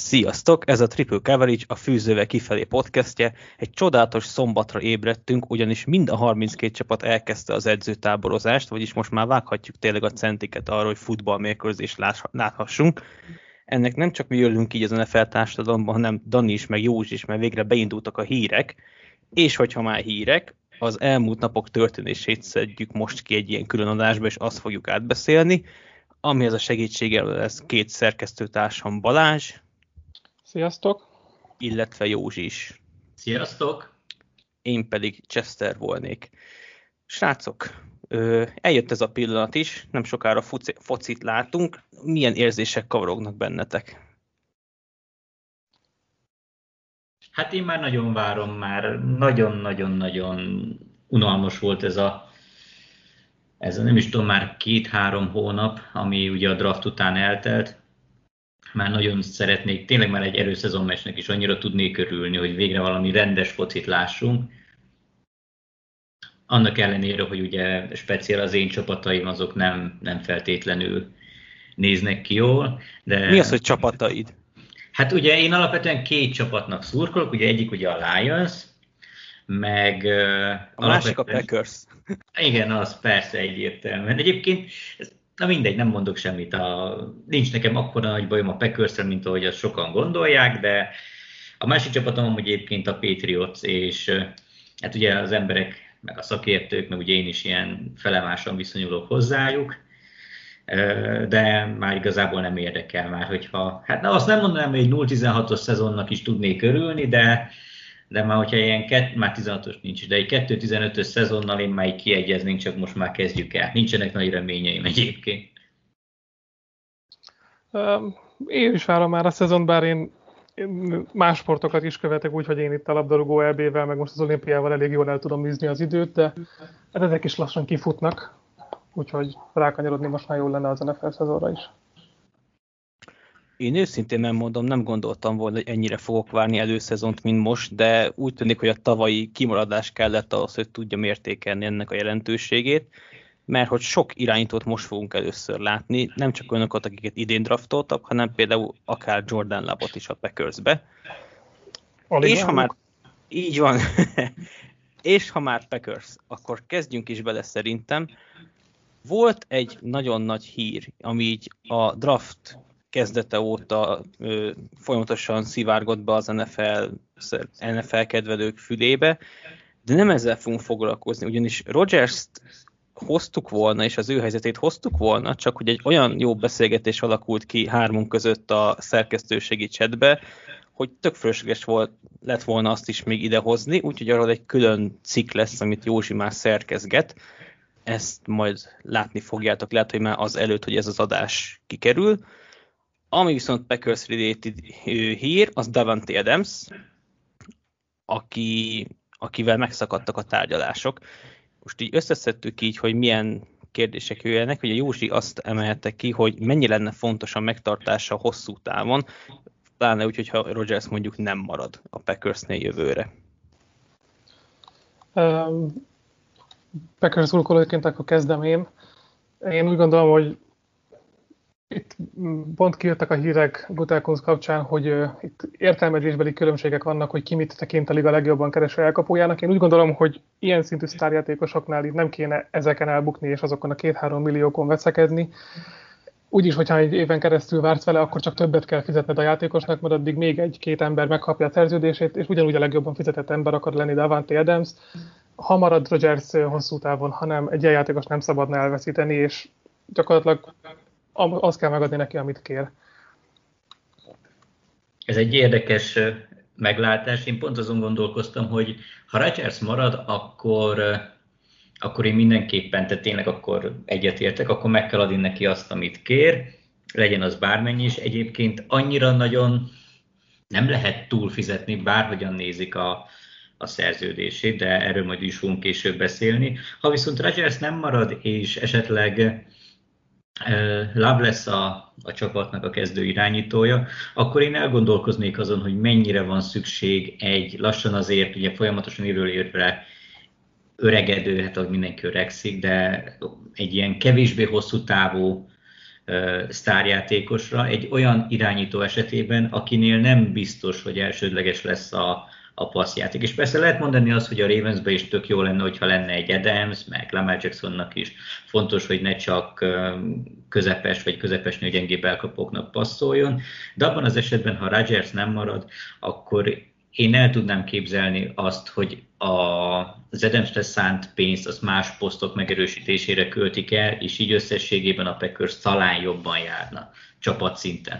Sziasztok! Ez a Triple Coverage, a Fűzővel kifelé podcastje. Egy csodálatos szombatra ébredtünk, ugyanis mind a 32 csapat elkezdte az edzőtáborozást, vagyis most már vághatjuk tényleg a centiket arra, hogy futballmérkőzést láthassunk. Ennek nem csak mi örülünk így az NFL társadalomban, hanem Dani is, meg Józsi is, mert végre beindultak a hírek. És hogyha már hírek, az elmúlt napok történését szedjük most ki egy ilyen külön adásba, és azt fogjuk átbeszélni. Amihez a segítségével lesz két szerkesztőtársam, Balázs. Sziasztok! Illetve Józsi is. Sziasztok! Én pedig Chester volnék. Srácok, eljött ez a pillanat is, nem sokára focit látunk. Milyen érzések kavarognak bennetek? Hát én már nagyon várom, már nagyon-nagyon-nagyon unalmas volt ez a nem is tudom, már 2-3 hónap, ami ugye a draft után eltelt. Már nagyon szeretnék, tényleg már egy erőszezonmeccsnek is annyira tudnék örülni, hogy végre valami rendes focit lássunk. Annak ellenére, hogy ugye speciál az én csapataim, azok nem feltétlenül néznek ki jól. De... Mi az, hogy csapataid? Hát ugye én alapvetően 2 csapatnak szurkolok, ugye egyik ugye a Lions, meg... A másik a Packers. Igen, az persze egyértelműen. Egyébként, na mindegy, nem mondok semmit. Nincs nekem akkora nagy bajom a Packersre, mint ahogy azt sokan gondolják, de a másik csapatom egyébként a Patriots, és hát ugye az emberek, meg a szakértők, meg ugye én is ilyen felemásan viszonyulok hozzájuk, de már igazából nem érdekel már, hogyha... Hát na, azt nem mondanám, hogy egy 0-16-os szezonnak is tudnék örülni, de már hogyha ilyen, már 16-os nincs, de egy 2-15-ös szezonnal én már így kiegyeznénk, csak most már kezdjük el. Nincsenek nagy reményeim egyébként. Én is várom már a szezon, bár én más sportokat is követek, úgyhogy én itt a labdarúgó EB-vel, meg most az olimpiával elég jól el tudom bízni az időt, de hát ezek is lassan kifutnak, úgyhogy rákanyarodni most már jól lenne az NFL szezonra is. Én őszintén nem mondom, nem gondoltam volna, hogy ennyire fogok várni előszezont, mint most, de úgy tűnik, hogy a tavalyi kimaradás kellett ahhoz, hogy tudjam értékelni ennek a jelentőségét, mert hogy sok irányítót most fogunk először látni, nem csak olyanokat, akiket idén draftoltak, hanem például akár Jordan Love-ot is a Packersbe. És ha már így van, és ha már Packers, akkor kezdjünk is bele szerintem. Volt egy nagyon nagy hír, ami így a draft kezdete óta folyamatosan szivárgott be az NFL kedvelők fülébe, de nem ezzel fogunk foglalkozni, ugyanis Rodgers-t hoztuk volna, és az ő helyzetét hoztuk volna, csak hogy egy olyan jó beszélgetés alakult ki hármunk között a szerkesztőségi chatbe, hogy tök fölösleges lett volna azt is még idehozni, úgyhogy arról egy külön cikk lesz, amit Józsi már szerkezget. Ezt majd látni fogjátok, lehet, hogy már az előtt, hogy ez az adás kikerül. Ami viszont Packers-related hír, az Davante Adams, akivel megszakadtak a tárgyalások. Most így összeszedtük így, hogy milyen kérdések jöjjenek, hogy a Józsi azt emelte ki, hogy mennyi lenne fontos a megtartása hosszú távon, pláne úgy, hogyha Rodgers mondjuk nem marad a Packersnél jövőre. Packers szurkolóként akkor kezdem én. Én úgy gondolom, hogy itt pont kijöttek a hírek Gutekunst kapcsán, hogy itt értelmezésbeli különbségek vannak, hogy ki mit tekint a liga legjobban kereső elkapójának. Én úgy gondolom, hogy ilyen szintű sztárjátékosoknál itt nem kéne ezeken elbukni, és azokon a 2-3 milliókon veszekedni. Úgyis, hogyha egy éven keresztül vársz vele, akkor csak többet kell fizetned a játékosnak, mert addig még 1-2 ember megkapja a szerződését, és ugyanúgy a legjobban fizetett ember akar lenni Davante Adams. Ha marad Rodgers hosszú távon, hanem egy ilyen játékos nem szabadna elveszíteni, és gyakorlatilag azt kell megadni neki, amit kér. Ez egy érdekes meglátás. Én pont azon gondolkoztam, hogy ha Rodgers marad, akkor én mindenképpen, tehát tényleg akkor egyetértek, akkor meg kell adni neki azt, amit kér, legyen az bármennyi is. Egyébként annyira nagyon nem lehet túlfizetni, bárhogyan nézik a szerződését, de erről majd is fogunk később beszélni. Ha viszont Rodgers nem marad, és esetleg Love lesz a csapatnak a kezdő irányítója, akkor én elgondolkoznék azon, hogy mennyire van szükség egy lassan azért, ugye folyamatosan évről évre öregedő, hát ahogy mindenki öregszik, de egy ilyen kevésbé hosszú távú sztárjátékosra, egy olyan irányító esetében, akinél nem biztos, hogy elsődleges lesz a passzjáték. És persze lehet mondani azt, hogy a Ravensben is tök jó lenne, hogyha lenne egy Adams, meg Lamar Jacksonnak is fontos, hogy ne csak közepes vagy közepesnél gyengébb elkapóknak passzoljon, de abban az esetben, ha Rodgers nem marad, akkor én el tudnám képzelni azt, hogy az Adamsre szánt pénzt az más posztok megerősítésére költik el, és így összességében a Packers talán jobban járna csapatszinten.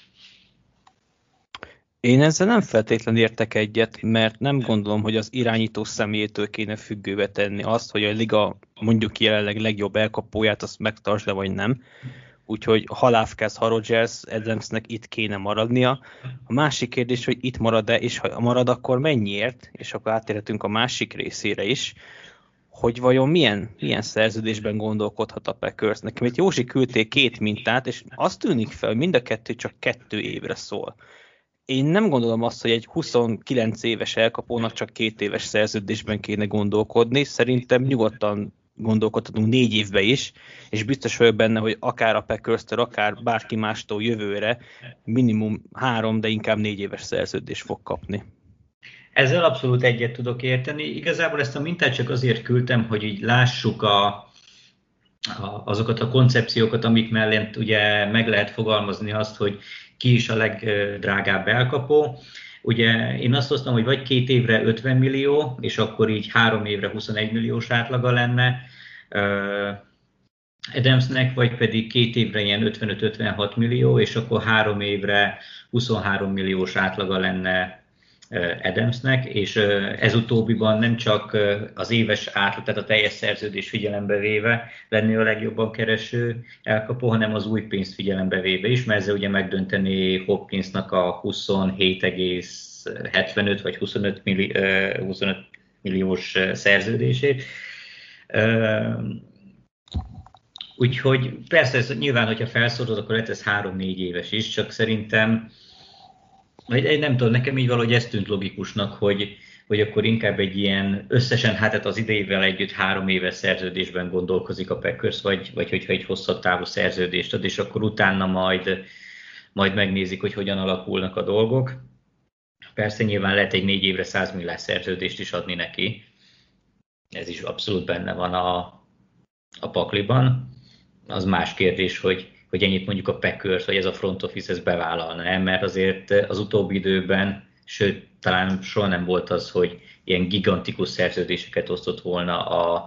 Én ezzel nem feltétlenül értek egyet, mert nem gondolom, hogy az irányító személyétől kéne függőbe tenni azt, hogy a liga mondjuk jelenleg legjobb elkapóját azt megtartsd le, vagy nem. Úgyhogy ha Lafkes, ha Rodgers, Adamsnek itt kéne maradnia. A másik kérdés, hogy itt marad-e, és ha marad, akkor mennyiért, és akkor átérhetünk a másik részére is, hogy vajon milyen szerződésben gondolkodhat a Packers. Nekem itt Józsi küldték 2 mintát, és azt tűnik fel, hogy mind a kettő csak 2 évre szól. Én nem gondolom azt, hogy egy 29 éves elkapónak csak 2 éves szerződésben kéne gondolkodni. Szerintem nyugodtan gondolkodhatunk 4 évbe is, és biztos vagyok benne, hogy akár a Packers-től, akár bárki mástól jövőre minimum 3, de inkább 4 éves szerződést fog kapni. Ezzel abszolút egyet tudok érteni. Igazából ezt a mintát csak azért küldtem, hogy így lássuk azokat a koncepciókat, amik mellett ugye meg lehet fogalmazni azt, hogy ki is a legdrágább elkapó. Ugye én azt hoztam, hogy vagy 2 évre 50 millió, és akkor így 3 évre 21 milliós átlaga lenne Adamsnek, vagy pedig 2 évre ilyen 55-56 millió, és akkor 3 évre 23 milliós átlaga lenne Adamsnek, és ez utóbbiban nem csak az éves átlag, tehát a teljes szerződés figyelembe véve lenni a legjobban kereső elkapó, hanem az új pénzt figyelembe véve is, mert ezzel ugye megdönteni Hopkinsnak a 27,75 vagy 25 milliós szerződését. Úgyhogy persze ez nyilván, hogyha felszorod, akkor lehet ez 3-4 éves is, csak szerintem nem tudom, nekem így valahogy ez tűnt logikusnak, hogy akkor inkább egy ilyen összesen, hát az idejével együtt 3 éves szerződésben gondolkozik a Packers, vagy hogyha egy hosszabb távú szerződést ad, és akkor utána majd megnézik, hogy hogyan alakulnak a dolgok. Persze nyilván lehet egy 4 évre 100 milliós szerződést is adni neki. Ez is abszolút benne van a pakliban. Az más kérdés, hogy ennyit mondjuk a Packers, vagy ez a front office ez bevállalna, mert azért az utóbbi időben, sőt, talán soha nem volt az, hogy ilyen gigantikus szerződéseket osztott volna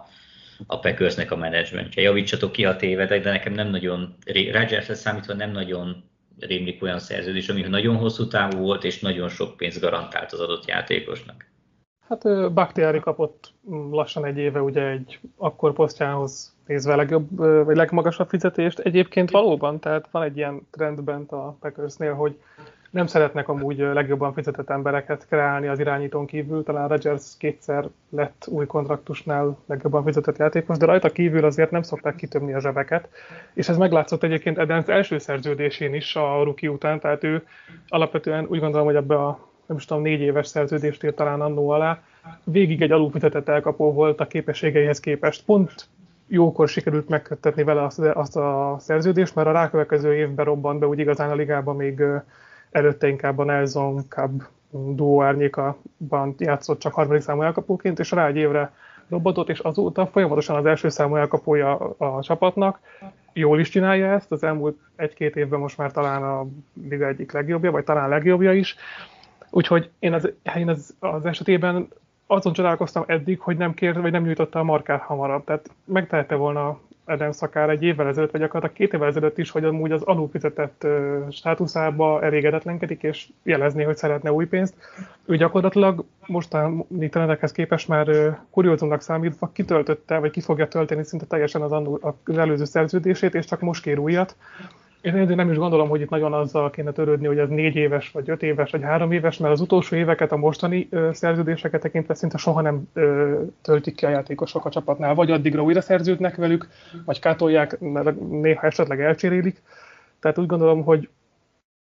a Packersnek a menedzsmentje. Javítsatok ki, ha tévedek, de nekem nem nagyon, Rodgersre számítva nem nagyon rémlik olyan szerződés, ami nagyon hosszú távú volt, és nagyon sok pénzt garantált az adott játékosnak. Hát Bakhtiari kapott lassan 1 éve ugye egy akkor posztjához nézve legjobb, vagy legmagasabb fizetést. Egyébként valóban, tehát van egy ilyen trend bent a Packersnél, hogy nem szeretnek amúgy legjobban fizetett embereket kreálni az irányítón kívül. Talán Rodgers 2-szer lett új kontraktusnál legjobban fizetett játékos, de rajta kívül azért nem szokták kitömni a zsebeket. És ez meglátszott egyébként Adams első szerződésén is a rookie után, tehát ő alapvetően úgy gondolom, hogy ebbe a nem is tudom, 4 éves szerződést írt talán annó alá, végig egy alulfizetett elkapó volt a képességeihez képest. Pont jókor sikerült megköttetni vele azt a szerződést, mert a rákövetkező évben robbant be úgy igazán a ligában, még előtte inkább a Nelson Cobb duó árnyékában játszott csak 3. számú elkapóként, és rá egy évre robbantott, és azóta folyamatosan az első számú elkapója a csapatnak. Jól is csinálja ezt, az elmúlt 1-2 évben most már talán a liga egyik legjobbja, vagy talán legjobbja is. Úgyhogy én az esetében azon csodálkoztam eddig, hogy nem kért, vagy nem nyújtotta a markát hamarabb. Tehát megtehette volna Adams akár 1 évvel ezelőtt, vagy gyakorlatilag 2 évvel ezelőtt is, hogy amúgy az alulfizetett státuszába elégedetlenkedik, és jelezné, hogy szeretne új pénzt. Ő gyakorlatilag mostani trendekhez képest már kuriózumnak számítva kitöltötte, vagy ki fogja tölteni szinte teljesen az előző szerződését, és csak most kér újat. Én nem is gondolom, hogy itt nagyon azzal kéne törődni, hogy ez 4 éves, vagy 5 éves, vagy 3 éves, mert az utolsó éveket a mostani szerződéseket tekintve szinte soha nem töltik ki a játékosok a csapatnál. Vagy addigra újra szerződnek velük, vagy kátolják, mert néha esetleg elcserélik. Tehát úgy gondolom, hogy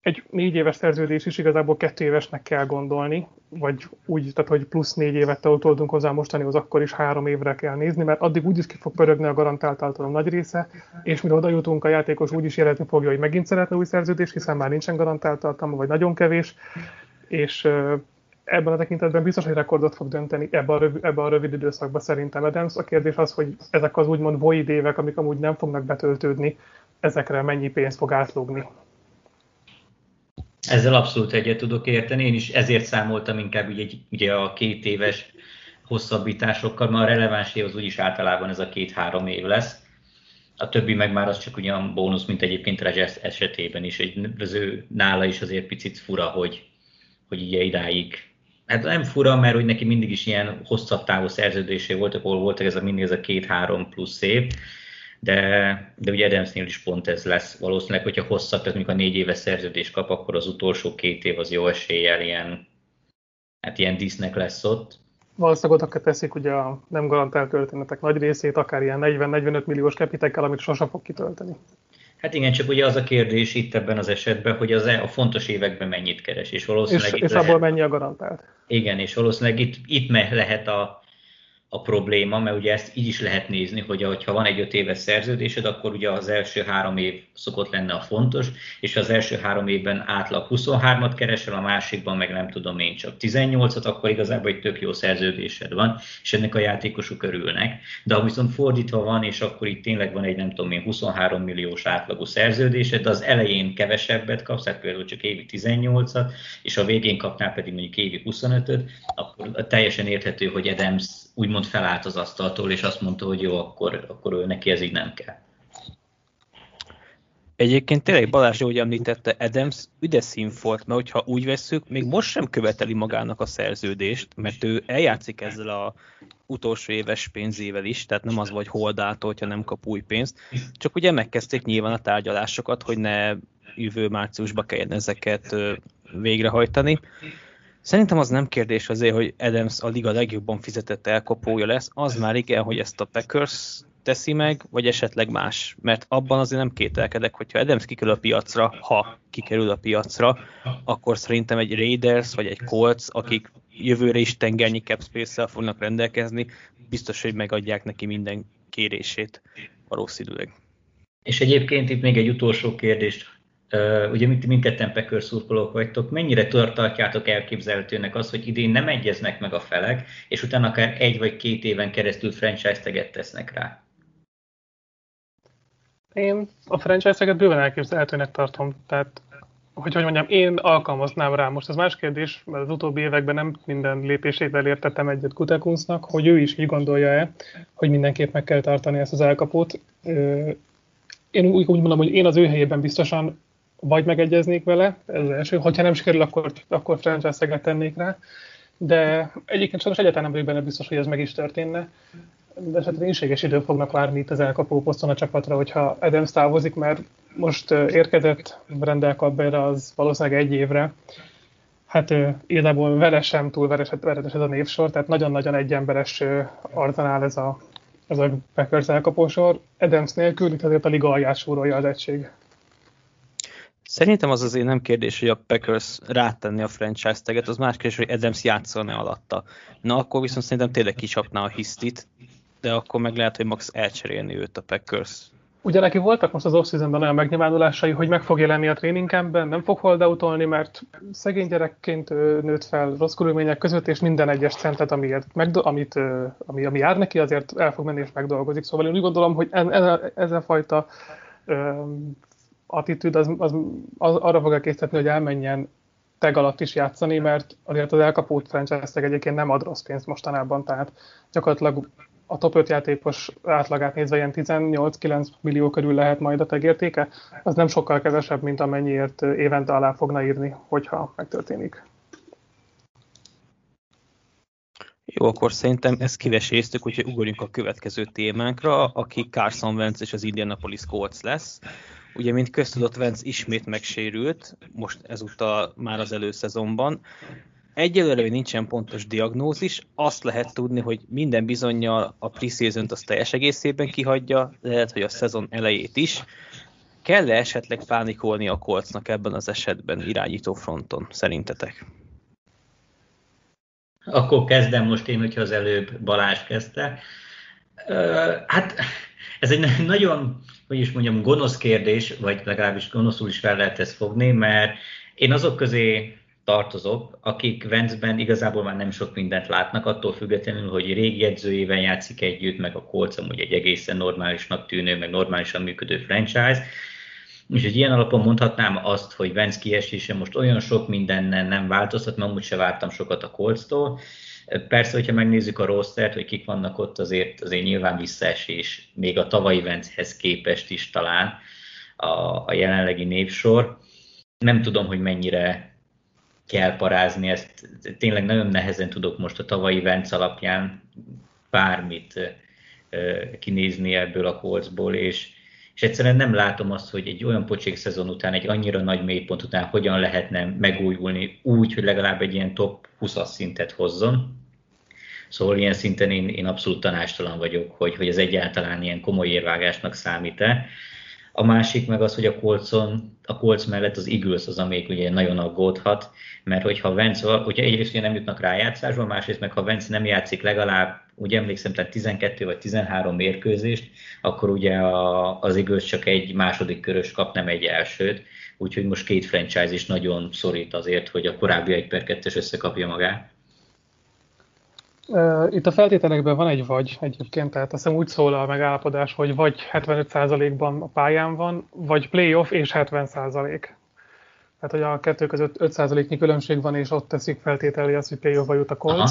egy 4 éves szerződés is igazából 2 évesnek kell gondolni, vagy úgy, tehát hogy plusz 4 évet toldunk hozzá mostanihoz, akkor is 3 évre kell nézni, mert addig úgyis ki fog pörögni a garantált tartalom nagy része, és mire oda jutunk, a játékos úgyis érezni fogja, hogy megint szeretne új szerződést, hiszen már nincsen garantált tartalma, vagy nagyon kevés, és ebben a tekintetben biztos, hogy rekordot fog dönteni ebben a rövid időszakban szerintem Adams. A kérdés az, hogy ezek az úgymond void évek, amik amúgy nem fognak betöltődni, ezekre mennyi pénz fog átlógni. Ezzel abszolút egyet tudok érteni, én is ezért számoltam inkább ugye a 2 éves hosszabbításokkal, mert a releváns év az úgyis általában ez a 2-3 év lesz. A többi meg már az csak ugyan bónusz, mint egyébként Rodgers esetében is. Az ő nála is azért picit fura, hogy ugye idáig. Hát nem fura, mert hogy neki mindig is ilyen hosszabb távú szerződésé voltak, ahol voltak mindig ez a 2-3 plusz év. De ugye Adamsnél is pont ez lesz valószínűleg, hogyha hosszabb, tehát mondjuk a 4 éves szerződés kap, akkor az utolsó 2 év az jó eséllyel ilyen dísznek lesz ott. Valószínűleg oda teszik ugye a nem garantált történetek nagy részét, akár ilyen 40-45 milliós capitekkel, amit sosem fog kitölteni. Hát igen, csak ugye az a kérdés itt ebben az esetben, hogy a fontos években mennyit keres, és valószínűleg és abból mennyi a garantált. Igen, és valószínűleg itt lehet a probléma, mert ugye ezt így is lehet nézni, hogy ha van egy 5 éves szerződésed, akkor ugye az első 3 év szokott lenne a fontos, és ha az első 3 évben átlag 23-at keresel, a másikban meg nem tudom én csak 18-at, akkor igazából egy tök jó szerződésed van, és ennek a játékosok örülnek. De ha viszont fordítva van, és akkor itt tényleg van egy nem tudom én 23 milliós átlagú szerződésed, de az elején kevesebbet kapsz, hát például csak évi 18-at, és a végén kapnál pedig mondjuk évi 25-öt, akkor teljesen érthető, hogy Adams úgymond felállt az asztaltól, és azt mondta, hogy jó, akkor ő neki ez így nem kell. Egyébként tényleg Balázs, ahogy említette, Adams üdes színfolt, mert hogyha úgy vesszük, még most sem követeli magának a szerződést, mert ő eljátszik ezzel a utolsó éves pénzével is, tehát nem az vagy holdától, hogyha nem kap új pénzt, csak ugye megkezdték nyilván a tárgyalásokat, hogy ne jövő márciusba kelljen ezeket végrehajtani. Szerintem az nem kérdés azért, hogy Adams a liga legjobban fizetett elkapója lesz, az már igen, hogy ezt a Packers teszi meg, vagy esetleg más. Mert abban azért nem kételkedek, hogyha Adams kikerül a piacra, ha kikerül a piacra, akkor szerintem egy Raiders vagy egy Colts, akik jövőre is tengernyi cap space-szel fognak rendelkezni, biztos, hogy megadják neki minden kérését valószínűleg. És egyébként itt még egy utolsó kérdést. Ugye mindketten Packers szurkolók vagytok, mennyire tartjátok elképzelhetőnek az, hogy idén nem egyeznek meg a felek, és utána akár 1 vagy 2 éven keresztül franchise taget tesznek rá? Én a franchise taget bőven elképzelhetőnek tartom, tehát hogy mondjam, én alkalmaznám rá. Most ez más kérdés, mert az utóbbi években nem minden lépésével értettem egyet Gutekunstnak, hogy ő is így gondolja-e, hogy mindenképp meg kell tartani ezt az elkapót. Én úgy mondom, hogy én az ő helyében biztosan vagy megegyeznék vele, ez az első, hogyha nem sikerül, akkor franchise taget tennék rá, de egyébként sajnos egyáltalán nem vagyok benne biztos, hogy ez meg is történne, de esetleg inséges időt fognak várni itt az elkapó poszton a csapatra, hogyha Adams távozik, mert most érkezett rendelkapbére az valószínűleg 1 évre. Hát igazából vele sem túl veretes ez a névsor, tehát nagyon-nagyon egyemberes arzenál ez a Packers elkapósor. Adams nélkül itt azért a liga alját súrolja az egység. Szerintem az azért nem kérdés, hogy a Packers rátenni a franchise taget, az más kérdés, hogy Adams játszana alatta. Na akkor viszont szerintem tényleg kicsapná a hisztit, de akkor meg lehet, hogy max elcserélni őt a Packers. Ugye neki voltak most az off-seasonben olyan megnyilvánulásai, hogy meg fog jelenni a training campben, nem fog holdoutolni, mert szegény gyerekként nőtt fel rossz körülmények között, és minden egyes centet, ami jár neki, azért el fog menni és megdolgozik. Szóval én úgy gondolom, hogy ez a fajta attitűd az arra fog elkészíteni, hogy elmenjen tag alatt is játszani, mert azért az elkapott franchise tag egyébként nem ad rossz pénzt mostanában, tehát gyakorlatilag a top 5 játékos átlagát nézve ilyen 18-9 millió körül lehet majd a tag értéke, az nem sokkal kevesebb, mint amennyiért évente alá fogna írni, hogyha megtörténik. Jó, akkor szerintem ezt kiveséztük, úgyhogy ugorjunk a következő témánkra, aki Carson Wentz és az Indianapolis Colts lesz. Ugye, mint köztudott, Wentz ismét megsérült, most ezúttal már az előszezonban. Egyelőre még nincsen pontos diagnózis, azt lehet tudni, hogy minden bizonnyal a preseason-t az teljes egészében kihagyja, lehet, hogy a szezon elejét is. kell-e esetleg pánikolni a Coltsnak ebben az esetben irányító fronton, szerintetek? Akkor kezdem most én, hogyha az előbb Balázs kezdte. Hát ez egy nagyon, hogy is mondjam, gonosz kérdés, vagy legalábbis gonoszul is fel lehet ezt fogni, mert én azok közé tartozok, akik Wentzben igazából már nem sok mindent látnak, attól függetlenül, hogy régi edzőjével játszik együtt, meg a Colts amúgy egy egészen normálisnak tűnő, meg normálisan működő franchise. Úgyhogy ilyen alapon mondhatnám azt, hogy Wentz kiesése most olyan sok mindenen nem változtat, mert amúgy se vártam sokat a Coltstól. Persze, hogyha megnézzük a rostert, hogy kik vannak ott, azért nyilván visszaesés, még a tavalyi Wentzhez képest is talán a jelenlegi névsor. Nem tudom, hogy mennyire kell parázni ezt. Tényleg nagyon nehezen tudok most a tavalyi Wentz alapján bármit kinézni ebből a Coltsból, és egyszerűen nem látom azt, hogy egy olyan pocsék szezon után, egy annyira nagy mélypont után hogyan lehetne megújulni úgy, hogy legalább egy ilyen top 20-as szintet hozzon. Szóval ilyen szinten én abszolút tanácstalan vagyok, hogy ez egyáltalán ilyen komoly érvágásnak számít-e. A másik meg az, hogy a Colts mellett az Eagles az, amelyik ugye nagyon aggódhat, mert hogyha egyrészt ugye nem jutnak rájátszásba, másrészt meg ha Wentz nem játszik legalább, úgy emlékszem, tehát 12 vagy 13 mérkőzést, akkor ugye az Eagles csak egy második körös kap, nem egy elsőt, úgyhogy most két franchise is nagyon szorít azért, hogy a korábbi 1/2-es összekapja magát. Itt a feltételekben van egy vagy egyébként, tehát azt hiszem úgy szól a megállapodás, hogy vagy 75%-ban a pályán van, vagy playoff és 70%. Tehát, hogy a kettő között 5%-nyi különbség van, és ott teszik feltételé azt, hogy playoff-ba jut a Colts.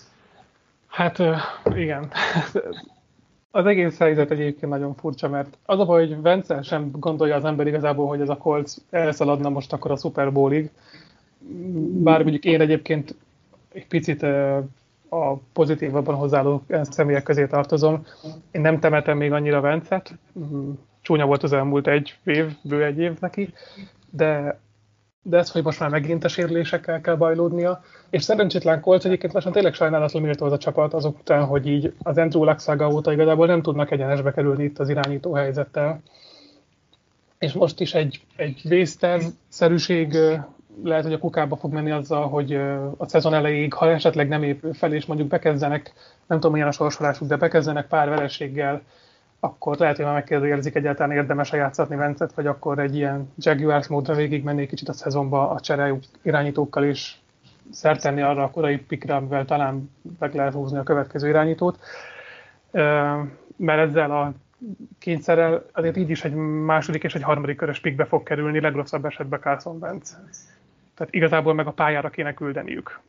Hát igen. Az egész helyzet egyébként nagyon furcsa, mert az a baj, hogy Wentz sem gondolja az ember igazából, hogy ez a Colts elszaladna most akkor a Super Bowlig. Bár mondjuk én egyébként egy picit a pozitívabban hozzáálló személyek közé tartozom. Én nem temetem még annyira Wentzet. Csúnya volt az elmúlt bő egy év neki, de ez, hogy most már megint a sérülésekkel kell bajlódnia, és szerencsétlen Colts egyébként lassan tényleg sajnálatlan méltó az a csapat azok után, hogy így az Andrew Luck szága óta igazából nem tudnak egyenesbe kerülni itt az irányító helyzettel. És most is egy vészterv-szerűség lehet, hogy a kukába fog menni azzal, hogy a szezon elejéig, ha esetleg nem épül fel, és mondjuk bekezdenek, nem tudom milyen a sorsolásuk, de bekezdenek pár vereséggel, akkor lehet, hogy már megkérdőjelezik egyáltalán érdemes-e játszatni Wentzet, vagy akkor egy ilyen Jaguars módra végig menni kicsit a szezonba a csere irányítókkal, és szert tenni arra a korai pikre, amivel talán meg lehet húzni a következő irányítót. Mert ezzel a kényszerrel azért így is egy második és egy harmadik körös pikbe fog kerülni, legrosszabb esetben Carson Wentz. Tehát igazából meg a pályára kéne küldeniük.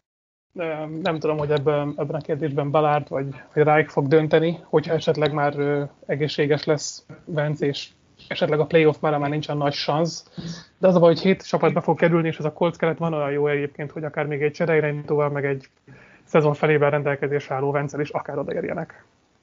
Nem tudom, hogy ebben a kérdésben Ballard vagy Reich fog dönteni, hogyha esetleg már egészséges lesz Wentz, és esetleg a playoff már nincsen nagy szansz. De az a baj, hogy 7 csapatba fog kerülni, és ez a Colts keret van olyan jó egyébként, hogy akár még egy csereirányítóval, meg egy szezon felében rendelkezésre álló Wentzel is akár odaérjenek.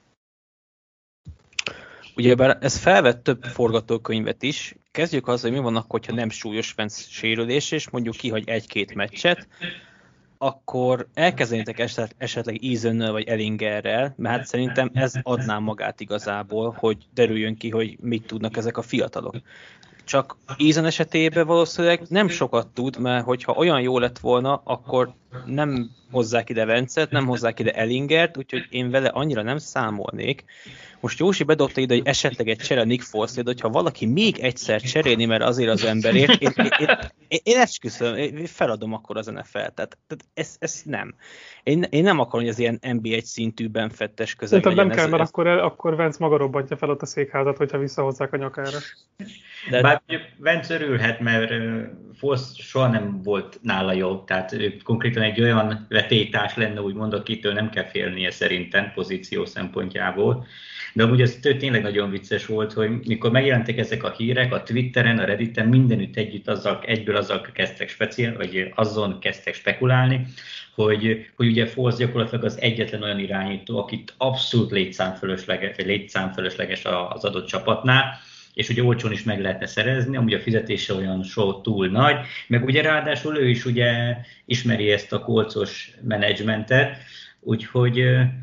Ugyebár ez felvett több forgatókönyvet is. Kezdjük azzal, hogy mi van akkor, ha nem súlyos Wentz sérülés, és mondjuk kihagy 1-2 meccset, akkor elkezdenétek esetleg Easonnel vagy Ellingerrel, mert hát szerintem ez adná magát igazából, hogy derüljön ki, hogy mit tudnak ezek a fiatalok. Csak Eason esetében valószínűleg nem sokat tud, mert hogyha olyan jó lett volna, akkor nem hozzák ide Wentzet, nem hozzák ide Ellingert, úgyhogy én vele annyira nem számolnék. Most Józsi bedobta ide, hogy esetleg egy csere Nick Foles, de hogyha valaki még egyszer cserélni, mert azért az emberért, én esküszöm, feladom akkor az NFL-t. Tehát ez nem. Én nem akarom, hogy ez ilyen NB1 szintűben fettes közeg legyen. Nem kell, mert akkor Wentz maga robbantja fel ott a székházat, hogyha visszahozzák a nyakára. Bár Wentz örülhet, mert Foles soha nem volt nála jó, tehát ő konkrétan egy olyan vetélytárs lenne, úgymond, akitől nem kell félnie szerintem pozíció szempontjából. De amúgy ez tényleg nagyon vicces volt, hogy mikor megjelentek ezek a hírek a Twitteren, a Redditen, mindenütt együtt egyből azon kezdtek spekulálni, hogy ugye Foles gyakorlatilag az egyetlen olyan irányító, akit abszolút létszámfölösleges az adott csapatnál, és ugye olcsón is meg lehetne szerezni, amúgy a fizetése olyan túl nagy, meg ugye ráadásul ő is ugye ismeri ezt a Colts-os menedzsmentet, úgyhogy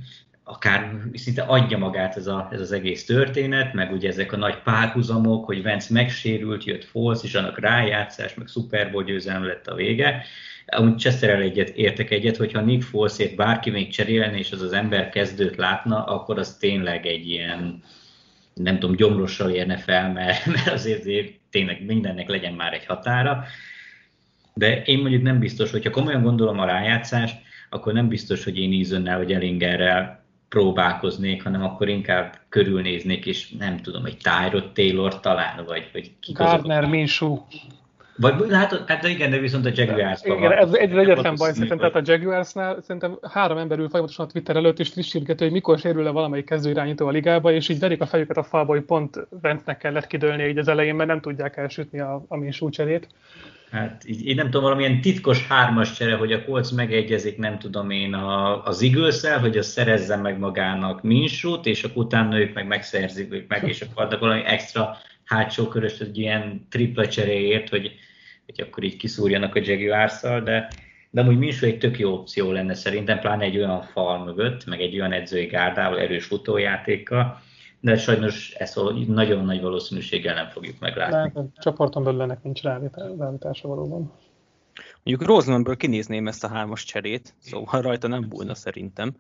akár szinte adja magát ez az egész történet, meg ugye ezek a nagy párhuzamok, hogy Vance megsérült, jött Foles, és annak rájátszás, meg Super Bowl győzelem lett a vége. Amúgy Chesterrel értek egyet, hogyha Nick Folesét bárki még cserélni, és az ember kezdőt látna, akkor az tényleg egy ilyen, nem tudom, gyomrossal érne fel, mert azért tényleg mindennek legyen már egy határa. De én mondjuk nem biztos, hogyha komolyan gondolom a rájátszást, akkor nem biztos, hogy én Easonnel vagy Ellingerrel próbálkoznék, hanem akkor inkább körülnéznék, és nem tudom, egy Tyrod Taylor talán, vagy kik azok. Gardner Minshew. Vagy látod, hát igen, de viszont a Jaguars-ban igen, ez egyetlen baj szerintem, tehát a Jaguarsnál szerintem 3 ember ül folyamatosan a Twitter előtt, és frissítgető, hogy mikor sérül le valamelyik kezdőirányító a ligába, és így verik a fejüket a falba, hogy pont Vance-nek kellett kidőlnie így az elején, mert nem tudják elsütni a Minshew cserét. Hát így nem tudom, valamilyen titkos 3-as csere, hogy a Colts megegyezik, nem tudom én, az Eagles-szel, hogy az szerezzen meg magának Minshewt, és akkor utána ők meg megszerzik ők meg, és akkor adnak valami extra hátsó köröst egy ilyen tripla cseréért, hogy akkor így kiszúrjanak a Jaguars-szal, de amúgy Minshew egy tök jó opció lenne szerintem, pláne egy olyan fal mögött, meg egy olyan edzői gárdával, erős futójátékkal, de sajnos ezt nagyon nagy valószínűséggel nem fogjuk meglátni. A csoporton belül ennek nincs ráállítása valóban. Mondjuk Rosemanből kinézném ezt a 3-as cserét, szóval rajta nem bújna szerintem.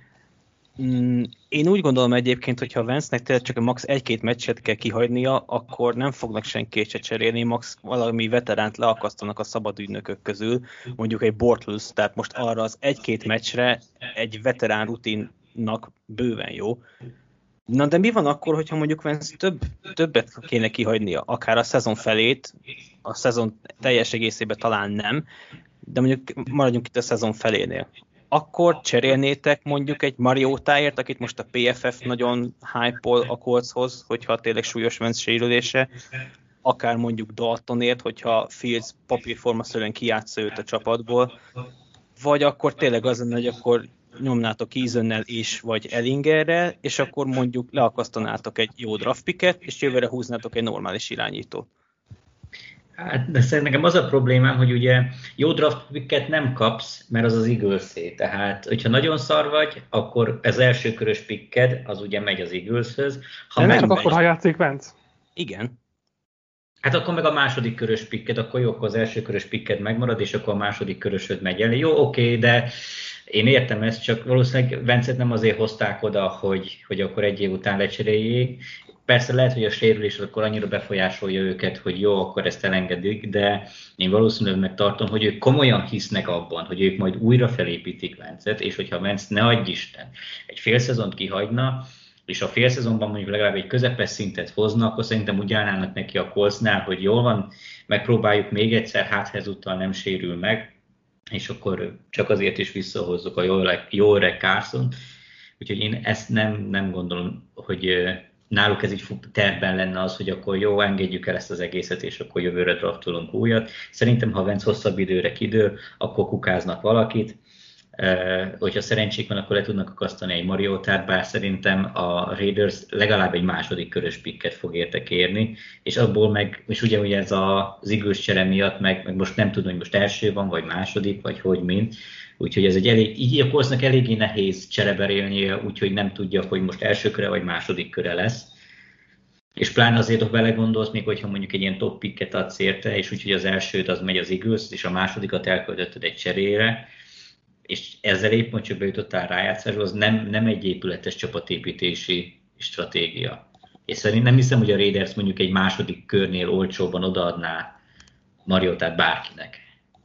Én úgy gondolom egyébként, hogy ha Vance-nek tényleg csak max 1-2 meccset kell kihagynia, akkor nem fognak senkit se cserélni, max valami veteránt leakasztanak a szabad ügynökök közül, mondjuk egy Bortles, tehát most arra az 1-2 meccsre egy veterán rutinnak bőven jó. Na de mi van akkor, hogyha mondjuk Vance többet kéne kihagynia, akár a szezon felét, a szezon teljes egészében talán nem, de mondjuk maradjunk itt a szezon felénél. Akkor cserélnétek mondjuk egy Mariótáért, akit most a PFF nagyon hype-ol a Coltshoz, hogyha tényleg súlyos Vance sérülése, akár mondjuk Daltonért, hogyha Fields papírformaszerűen kijátsza őt a csapatból, vagy akkor tényleg az lenne, hogy akkor nyomnátok Easonnel is, vagy Ellingerrel, és akkor mondjuk leakasztanátok egy jó draft picket, és jövőre húznátok egy normális irányítót. Hát, de szerintem nekem az a problémám, hogy ugye jó draft picket nem kapsz, mert az az Eagles-é. Tehát, hogyha nagyon szar vagy, akkor az első körös picked, az ugye megy az Eagleshöz. De nem csak akkor, ha játszik Vance? Igen. Hát akkor meg a második körös picked, akkor jó, akkor az első körös picked megmarad, és akkor a második körösöd megy el. Jó, oké, de én értem ezt, csak valószínűleg Vance-et nem azért hozták oda, hogy akkor egy év után lecseréljék. Persze lehet, hogy a sérülés akkor annyira befolyásolja őket, hogy jó, akkor ezt elengedik, de én valószínűleg megtartom, hogy ők komolyan hisznek abban, hogy ők majd újra felépítik Vance-et, és hogyha Vance, ne adj Isten, egy fél szezont kihagyna, és a fél szezonban mondjuk legalább egy közepes szintet hozna, akkor szerintem úgy állnának neki a Coltsnál, hogy jól van, megpróbáljuk még egyszer, hát ha ezúttal nem sérül meg, és akkor csak azért is visszahozzuk a jó öreg Carson. Úgyhogy én ezt nem gondolom, hogy náluk ez így tervben lenne az, hogy akkor jó, engedjük el ezt az egészet, és akkor jövőre draftolunk újat. Szerintem, ha Vance hosszabb időre kidől, akkor kukáznak valakit. Hogyha szerencsék van, akkor le tudnak akasztani egy Mariotát, bár szerintem a Raiders legalább egy második körös picket fog érte kérni, és abból meg, és ugye ez az Eagles csere miatt, meg most nem tudom, hogy most első van, vagy második, vagy hogy mind. Úgyhogy ez egy elég, így a Coltsnak eléggé nehéz csereberélnie, úgyhogy nem tudja, hogy most első köre vagy második köre lesz. És pláne azért, ha belegondolsz, még hogyha mondjuk egy ilyen top picket adsz érte, és úgyhogy az elsőt az megy az Eagles, és a másodikat elköltötted egy cserére, és ezzel épp most csak bejutottál rájátszásba, az nem egy épületes csapatépítési stratégia. És szerintem nem hiszem, hogy a Raiders mondjuk egy második körnél olcsóban odaadná Mariotát bárkinek.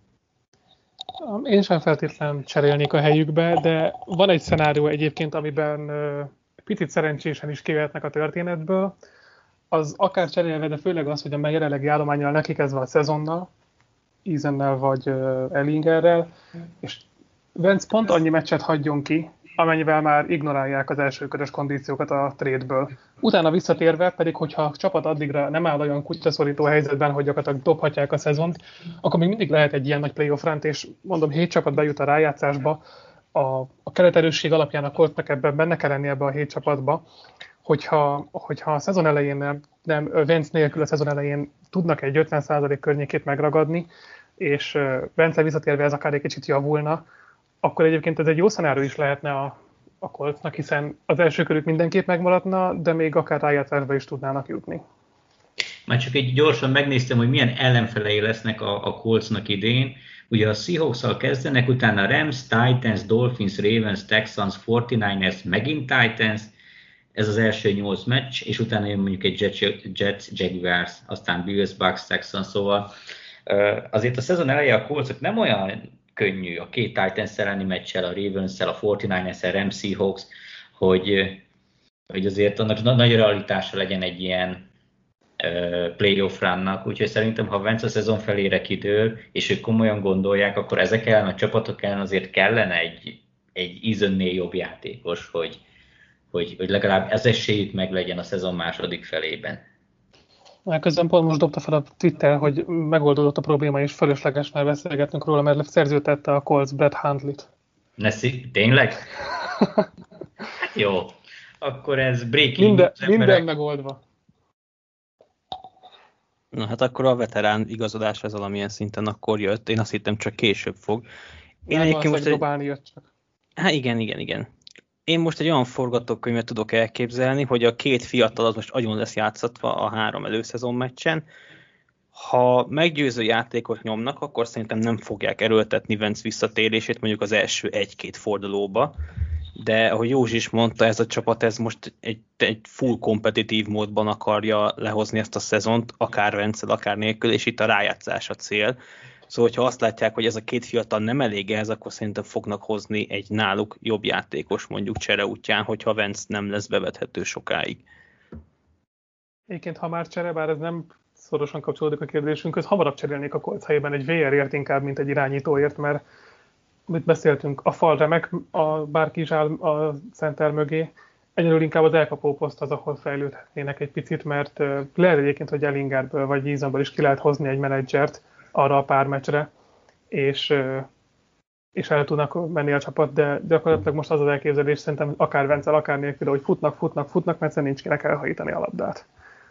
Én sem feltétlenül cserélnék a helyükbe, de van egy szenárió egyébként, amiben picit szerencsésen is kivehetnek a történetből. Az akár cserélve, de főleg az, hogy a jelenlegi állománnyal neki kezdve a szezonnal, Easonnel vagy Ellingerrel, és Vance pont annyi meccset hagyjon ki, amennyivel már ignorálják az elsőkörös kondíciókat a trade-ből. Utána visszatérve pedig, hogyha a csapat addigra nem áll olyan kutyaszorító helyzetben, hogy gyakorlatilag dobhatják a szezont, akkor még mindig lehet egy ilyen nagy playoff rend, és mondom, 7 csapat bejut a rájátszásba, a kereterősség alapján a Coltsnak ebben benne kell lenni ebbe a 7 csapatba, hogyha a szezon elején nem Vance nélkül a szezon elején tudnak egy 50% környékét megragadni, és Vance visszatérve ez akár egy kicsit javulna, akkor egyébként ez egy jó szenárió is lehetne a Coltsnak, hiszen az első körük mindenképp megmaradna, de még akár rájátszásba is tudnának jutni. Már csak egy gyorsan megnéztem, hogy milyen ellenfelei lesznek a Coltsnak idén. Ugye a Seahawks-szal kezdenek, utána Rams, Titans, Dolphins, Ravens, Texans, 49ers, megint Titans, ez az első 8 meccs, és utána jön mondjuk egy Jets, Jaguars, aztán Bills, Bucks, Texans, szóval azért a szezon eleje a Coltsok nem olyan könnyű a két Titans elleni meccsel, a Ravens-szel, a 49ers-szel, Rams, Seahawks, hogy azért annak nagy realitása legyen egy ilyen playoff runnak, úgyhogy szerintem, ha Wentz a szezon felére kidől, és ők komolyan gondolják, akkor ezek ellen a csapatok ellen azért kellene egy ízönnél jobb játékos, hogy legalább ez esélyük meg legyen a szezon második felében. Közben pont most dobta fel a Twitter, hogy megoldódott a probléma, és fölösleges már beszélgetnünk róla, mert szerződtette a Colts Brett Hundley-t. Tényleg? Hát jó, akkor ez breaking. Minden megoldva. Na hát akkor a veterán igazodás ez valamilyen szinten akkor jött. Én azt hittem csak később fog. Én egyébként most dobálni jött csak. Hát igen. Én most egy olyan forgatókönyvet tudok elképzelni, hogy a két fiatal az most agyon lesz játszatva a 3 előszezon meccsen. Ha meggyőző játékot nyomnak, akkor szerintem nem fogják erőltetni Wentz visszatérését mondjuk az első 1-2 fordulóba. De ahogy Józsi is mondta, ez a csapat ez most egy full kompetitív módban akarja lehozni ezt a szezont, akár Wentzel, akár nélkül, és itt a rájátszás a cél. Szóval, hogyha azt látják, hogy ez a két fiatal nem elég ehhez, akkor szerintem fognak hozni egy náluk jobb játékos mondjuk csere útján, hogyha Wentz nem lesz bevethető sokáig. Egyébként, ha már csere, bár ez nem szorosan kapcsolódik a kérdésünkhöz, hamarabb cserélnék a Colts helyében egy VR-ért inkább, mint egy irányítóért, mert mit beszéltünk, a fal remek, bárki is áll a center mögé, egyelőre inkább az elkapó poszt az, ahol fejlődhetnének egy picit, mert lehet egyébként, hogy Ellingerből vagy Easonból is ki lehet hozni egy menedzsert arra a pár meccsre, és el tudnak menni a csapat, de gyakorlatilag most az elképzelés szerintem akár Wentzel, akár nélkül, hogy futnak, mert nincs kinek elhajítani a labdát.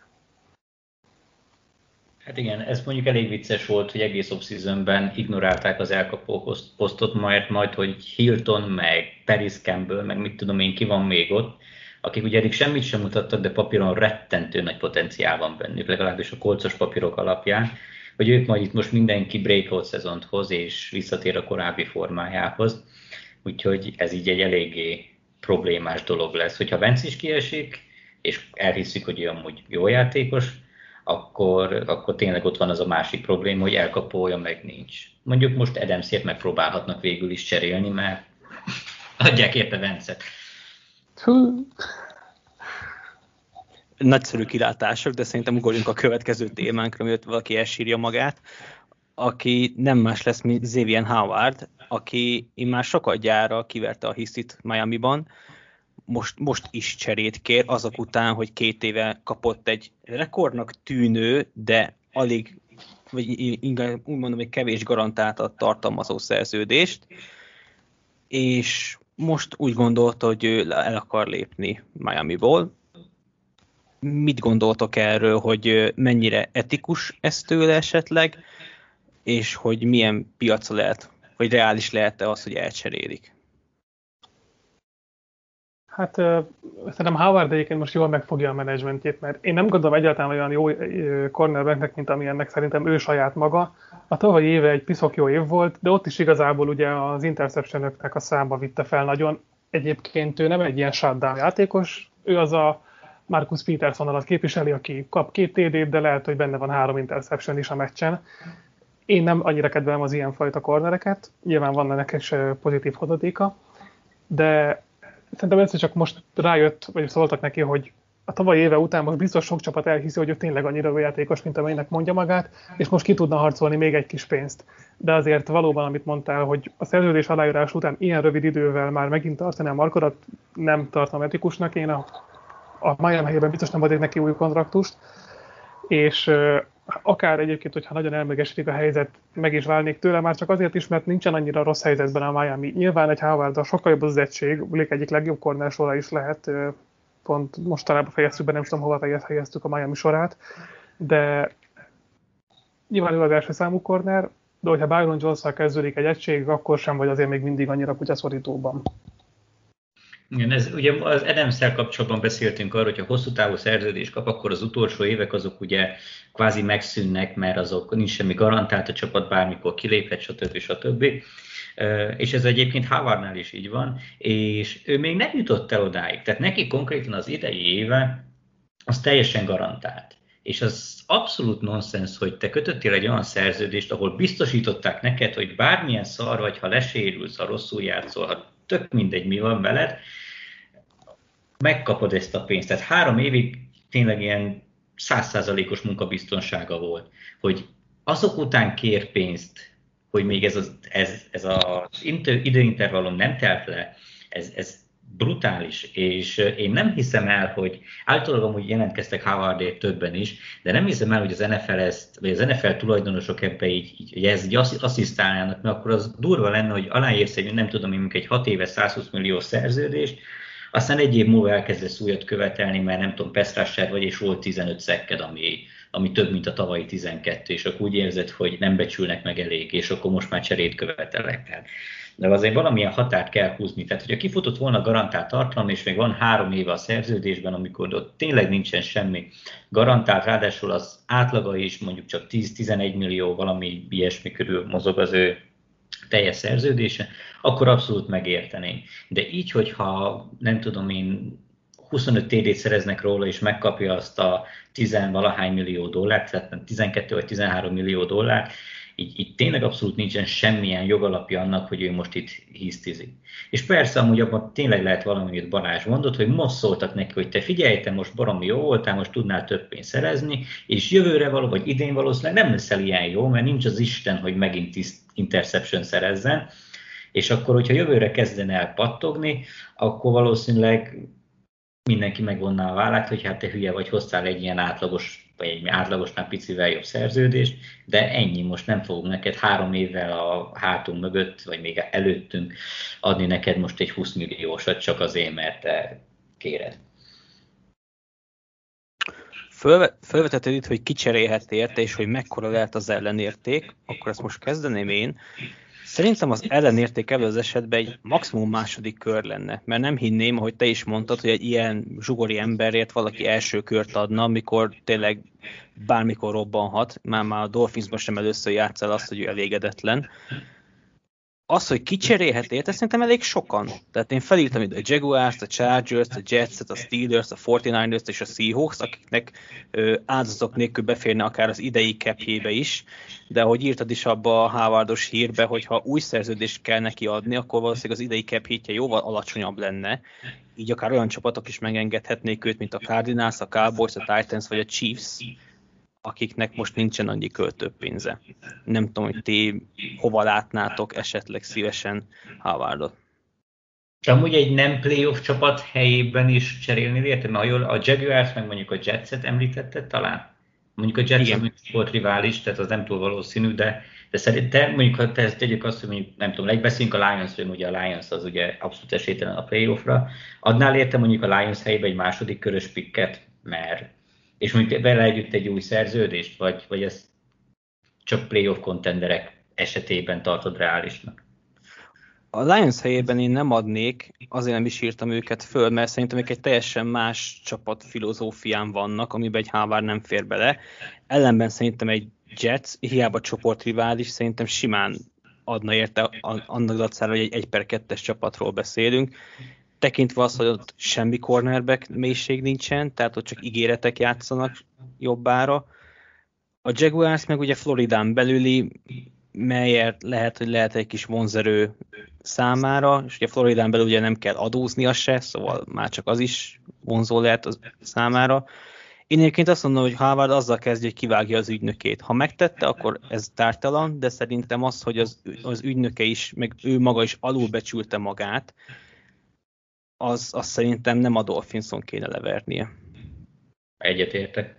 Hát igen, ez mondjuk elég vicces volt, hogy egész off-seasonben ignorálták az elkapó posztot, majd hogy Hilton, meg Paris Campbell, meg mit tudom én, ki van még ott, akik ugye eddig semmit sem mutattak, de papíron rettentő nagy potenciál van bennük, legalábbis a kolcos papírok alapján, hogy ők majd itt most mindenki breakout szezont hoz, és visszatér a korábbi formájához. Úgyhogy ez így egy eléggé problémás dolog lesz. Hogyha Wentz is kiesik, és elhiszük, hogy ő amúgy jó játékos, akkor tényleg ott van az a másik probléma, hogy elkapója meg nincs. Mondjuk most Adamsért megpróbálhatnak végül is cserélni, mert adják érte Wentzet. Nagyszerű kilátások, de szerintem ugorjunk a következő témánkra, mielőtt valaki elsírja magát, aki nem más lesz, mint Xavier Howard, aki immár sokadjára kiverte a hisztit Miamiban, most is cserét kér, azok után, hogy 2 éve kapott egy rekordnak tűnő, de alig, vagy inkább úgy mondom, hogy kevés garantáltat tartalmazó szerződést, és most úgy gondolta, hogy ő el akar lépni Miamiból. Mit gondoltok erről, hogy mennyire etikus ez tőle esetleg, és hogy milyen piaca lehet, vagy reális lehet-e az, hogy elcserélik? Hát szerintem Howard egyébként most jól megfogja a menedzsmentjét, mert én nem gondolom egyáltalán olyan jó cornerbacknek, mint amilyennek szerintem ő saját maga. A tavalyi éve egy piszok jó év volt, de ott is igazából ugye az interceptionöknek a száma vitte fel nagyon. Egyébként ő nem egy ilyen shutdown játékos, ő az a Marcus Peterson alatt képviseli, aki kap 2 TD-t, de lehet, hogy benne van 3 interception is a meccsen. Én nem annyira kedvelem az ilyenfajta cornereket, nyilván van ennek is pozitív hozadéka, de szerintem ez csak most rájött, vagy szóltak neki, hogy a tavalyi éve után most biztos sok csapat elhiszi, hogy ő tényleg annyira jó játékos, mint amelynek mondja magát, és most ki tudna harcolni még egy kis pénzt. De azért valóban, amit mondtál, hogy a szerződés aláírás után ilyen rövid idővel már megint tartani a markodat, nem tartom etikusnak. Én a Miami helyében biztos nem adnék neki új kontraktust, és akár egyébként, hogyha nagyon elmegesítik a helyzet, meg is válnék tőle, már csak azért is, mert nincsen annyira rossz helyzetben a Miami. Nyilván egy Howard-dal sokkal jobb az egység, egyik legjobb corner sora is lehet, pont mostanában fejeztük be, nem tudom hova fejeztük a Miami sorát, de nyilván ő az első számú corner, de hogyha Byron Jones-szal kezdődik egy egység, akkor sem vagy azért még mindig annyira kutyaszorítóban. Igen, ez ugye az Adams-szel kapcsolatban beszéltünk arról, hogy ha hosszú távú szerződést kap, akkor az utolsó évek azok ugye kvázi megszűnnek, mert azok nincs semmi garantált, a csapat bármikor kiléphet, stb. És ez egyébként Howardnál is így van, és ő még nem jutott el odáig. Tehát neki konkrétan az idei éve az teljesen garantált. És az abszolút nonsens, hogy te kötöttél egy olyan szerződést, ahol biztosították neked, hogy bármilyen szar vagy, ha lesérülsz, ha rosszul játszol, ha tök mindegy, mi van veled, megkapod ezt a pénzt. Tehát 3 évig tényleg ilyen 100%-os munkabiztonsága volt, hogy azok után kér pénzt, hogy még ez az időintervallum nem telt le, ez brutális, és én nem hiszem el, hogy általában úgy jelentkeztek Howardért többen is, de nem hiszem el, hogy az NFL vagy az NFL tulajdonosok ebbe így asszisztálnának, mert akkor az durva lenne, hogy aláírsz egy, nem tudom én, egy 6 éves 120 millió szerződést, aztán egy év múlva elkezdesz újat követelni, mert nem tudom, pass rusher vagy, és volt 15 szekked, ami több, mint a tavalyi 12, és akkor úgy érzed, hogy nem becsülnek meg elég, és akkor most már cserét követelek. De azért valamilyen határt kell húzni. Tehát, hogyha kifutott volna garantált tartalom, és még van 3 éve a szerződésben, amikor ott tényleg nincsen semmi garantált, ráadásul az átlaga is mondjuk csak 10-11 millió, valami ilyesmi körül mozog az ő teljes szerződése, akkor abszolút megértenénk. De így, hogyha nem tudom én, 25 TD-t szereznek róla, és megkapja azt a 10-valahány millió dollárt, tehát 12 vagy 13 millió dollárt, így tényleg abszolút nincsen semmilyen jogalapja annak, hogy ő most itt hisztizik. És persze amúgy abban tényleg lehet valami, amit Balázs mondott, hogy most szóltak neki, hogy te figyelj, te most baromi jó voltál, most tudnál több pénzt szerezni, és jövőre vagy idén valószínűleg nem leszel ilyen jó, mert nincs az Isten, hogy megint interception szerezzen, és akkor, hogyha jövőre kezdene el pattogni, akkor valószínűleg mindenki megvonná a vállát, hogy hát te hülye vagy, hoztál egy ilyen átlagos, vagy egy átlagosnál picivel jobb szerződést, de ennyi, most nem fogunk neked 3 évvel a hátunk mögött, vagy még előttünk adni neked most egy 20 milliósat csak azért, mert te kéred. Fölvetetted itt, hogy kicserélhet érte, és hogy mekkora lehet az ellenérték, akkor ezt most kezdeném én. Szerintem az ellenérték ebből az esetben egy maximum második kör lenne, mert nem hinném, ahogy te is mondtad, hogy egy ilyen zsugori emberért valaki első kört adna, amikor tényleg bármikor robbanhat, már a Dolphinsban sem először játszál azt, hogy ő elégedetlen. Az, hogy kicserélhet érte, szerintem elég sokan. Tehát én felírtam ide a Jaguars-t, a Chargers-t, a Jets-et, a Steelers-t, a 49ers-t és a Seahawks, akiknek áldozatok nélkül beférne akár az idei capjébe is, de ahogy írtad is abba a Howardos hírbe, hogy ha új szerződést kell neki adni, akkor valószínűleg az idei cap hitje jóval alacsonyabb lenne. Így akár olyan csapatok is megengedhetnék őt, mint a Cardinals, a Cowboys, a Titans vagy a Chiefs, akiknek most nincsen annyi költőpénze. Nem tudom, hogy ti hova látnátok esetleg szívesen Howardot. Amúgy egy nem playoff csapat helyében is cserélni érted? Mert a Jaguars meg mondjuk a Jetset említetted talán? Mondjuk a Jets az volt rivális, tehát az nem túl valószínű, de szerintem mondjuk ha tegyük azt, hogy mondjuk, nem tudom, beszéljünk a Lionsről, ugye a Lions az ugye abszolút esélytelen a playoffra. Adnál érte mondjuk a Lions helyébe egy második körös picket, mert és mondjuk vele együtt egy új szerződést, vagy ezt csak playoff contenderek esetében tartod reálisnak? A Lions helyében én nem adnék, azért nem is írtam őket föl, mert szerintem ők egy teljesen más csapat filozófián vannak, amiben egy Howard nem fér bele. Ellenben szerintem egy Jets, hiába csoportrivális, szerintem simán adna érte annak dacára, hogy egy 1/2-es csapatról beszélünk. Tekintve azt, hogy ott semmi cornerback mélység nincsen, tehát ott csak ígéretek játszanak jobbára. A Jaguars meg ugye Floridán belüli, melyért lehet egy kis vonzerő számára, és ugye Floridán belül ugye nem kell adóznia se, szóval már csak az is vonzó lehet az számára. Én egyébként azt mondom, hogy Howard azzal kezdje, hogy kivágja az ügynökét. Ha megtette, akkor ez tártalan, de szerintem az, hogy az ügynöke is, meg ő maga is alulbecsülte magát, az szerintem nem a Dolphinson kéne levernie. Egyetértek.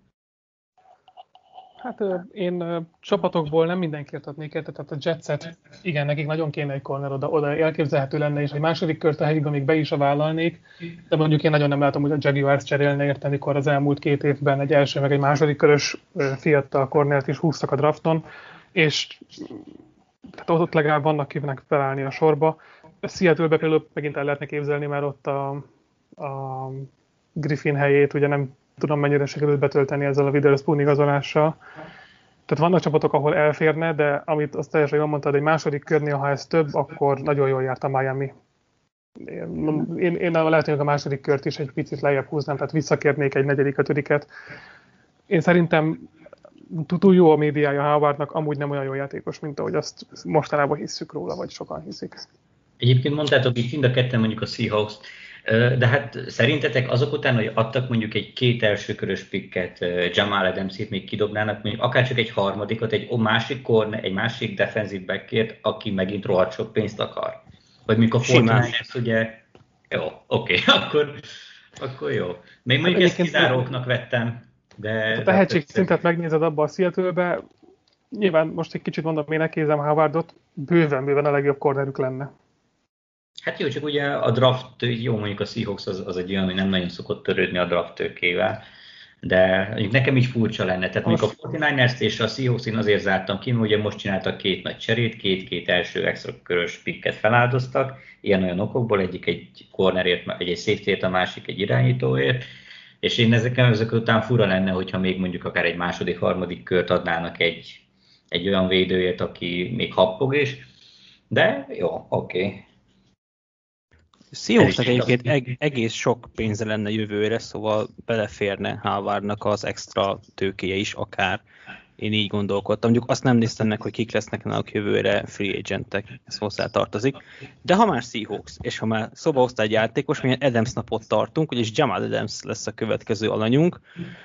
Hát én csapatokból nem mindenkiért adnék érte, tehát a Jetset, igen, nekik nagyon kéne egy corner, oda elképzelhető lenne, és egy második kört a helyükben még be is vállalnék, de mondjuk én nagyon nem látom, hogy a Jaguars cserélne érte, amikor az elmúlt 2 évben egy első, meg egy második körös fiatal cornert is húztak a drafton, és tehát ott legalább vannak kivenek felállni a sorba. Seattle-be például megint el lehetne képzelni, mert ott a Griffin helyét ugye nem tudom mennyire sikerült betölteni ezzel a Witherspoon igazolással. Tehát vannak csapatok, ahol elférne, de amit azt teljesen jól mondtad, egy második körnél, ha ez több, akkor nagyon jól járt a Miami. Én lehet, hogy a második kört is egy picit lejjebb húznám, tehát visszakérnék egy negyedik, ötödiket. Én szerintem túl jó a médiája Howardnak, amúgy nem olyan jó játékos, mint ahogy azt mostanában hisszük róla, vagy sokan hiszik. Egyébként mondtátok itt mind a ketten mondjuk a Seahawks, de hát szerintetek azok után, hogy adtak mondjuk egy 2 elsőkörös picket, Jamal Adams-ét még kidobnának, mondjuk akár csak egy harmadikat, egy másik defensive backért, aki megint rohadt sok pénzt akar. Vagy mondjuk a 49ers ugye, jó, oké, akkor jó. Még mondjuk ezt kizáróknak vettem, de... A tehetség szintet megnézed abba a Seattle-be, nyilván most egy kicsit mondom, én elkézem Howardot, bőven a legjobb cornerük lenne. Hát jó, csak ugye a draft, jó mondjuk a Seahawks az egy olyan, ami nem nagyon szokott törődni a draft tőkével, de nekem így furcsa lenne. Tehát mondjuk a 49ers és a Seahawks én azért zártam ki, mert ugye most csináltak 2 nagy cserét, 2 első extra körös picket feláldoztak, ilyen-olyan okokból, egyik egy cornerért, egy safetyért, a másik egy irányítóért, és én ezek után fura lenne, hogyha még mondjuk akár egy második, harmadik kört adnának egy olyan védőért, aki még happog is, de jó, oké. Seahawksnak egyébként egész sok pénze lenne jövőre, szóval beleférne Howardnak az extra tőkéje is akár. Én így gondolkodtam. Mondjuk azt nem néztem meg, hogy kik lesznek náluk jövőre free agentek, ez hozzá tartozik. De ha már Seahawks, és ha már szóba hoztál egy játékos, milyen Adams napot tartunk, ugyanis Jamal Adams lesz a következő alanyunk,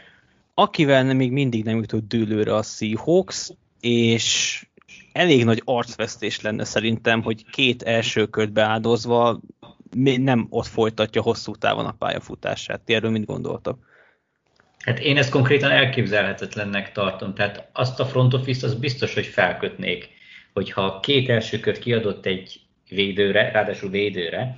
akivel még mindig nem jutott dűlőre a Seahawks, és elég nagy arcvesztés lenne szerintem, hogy 2 első kört beáldozva nem ott folytatja hosszú távon a pályafutását. Ti erről mit gondoltak? Hát én ezt konkrétan elképzelhetetlennek tartom. Tehát azt a front office az biztos, hogy felkötnék, hogyha 2 első kört kiadott egy védőre, ráadásul védőre,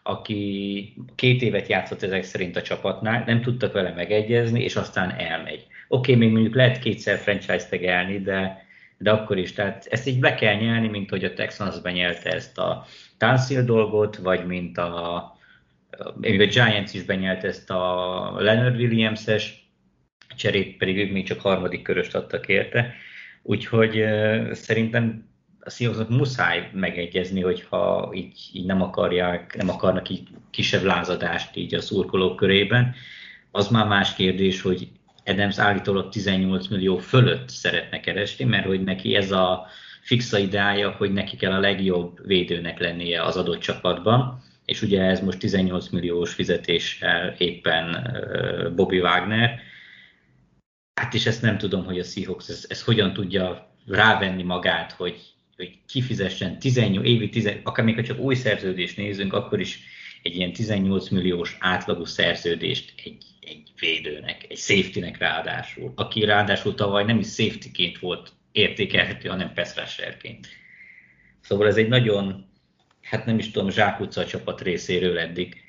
aki 2 évet játszott ezek szerint a csapatnál, nem tudtak vele megegyezni, és aztán elmegy. Oké, még mondjuk lehet 2-szer franchise tagelni, de akkor is. Tehát ezt így be kell nyelni, mint hogy a Texans benyelte ezt a Tansil dolgot, vagy mint a Giants is benyelte ezt a Leonard Williams-es cserét, pedig ők még csak harmadik köröst adtak érte. Úgyhogy szerintem a Seahawksnak muszáj megegyezni, hogyha így nem akarnak így kisebb lázadást így a szurkolók körében. Az már más kérdés, hogy Adams állítólag 18 millió fölött szeretne keresni, mert hogy neki ez a fixa ideája, hogy neki kell a legjobb védőnek lennie az adott csapatban, és ugye ez most 18 milliós fizetéssel éppen Bobby Wagner. Hát és ezt nem tudom, hogy a Seahawks ez hogyan tudja rávenni magát, hogy kifizessen 18 évi, akár még ha csak új szerződést nézünk, akkor is egy ilyen 18 milliós átlagú szerződést egy védőnek, egy safetynek ráadásul, aki ráadásul tavaly nem is safetyként volt értékelhető, hanem pass rusherként. Szóval ez egy nagyon, hát nem is tudom, zsákutca a csapat részéről eddig.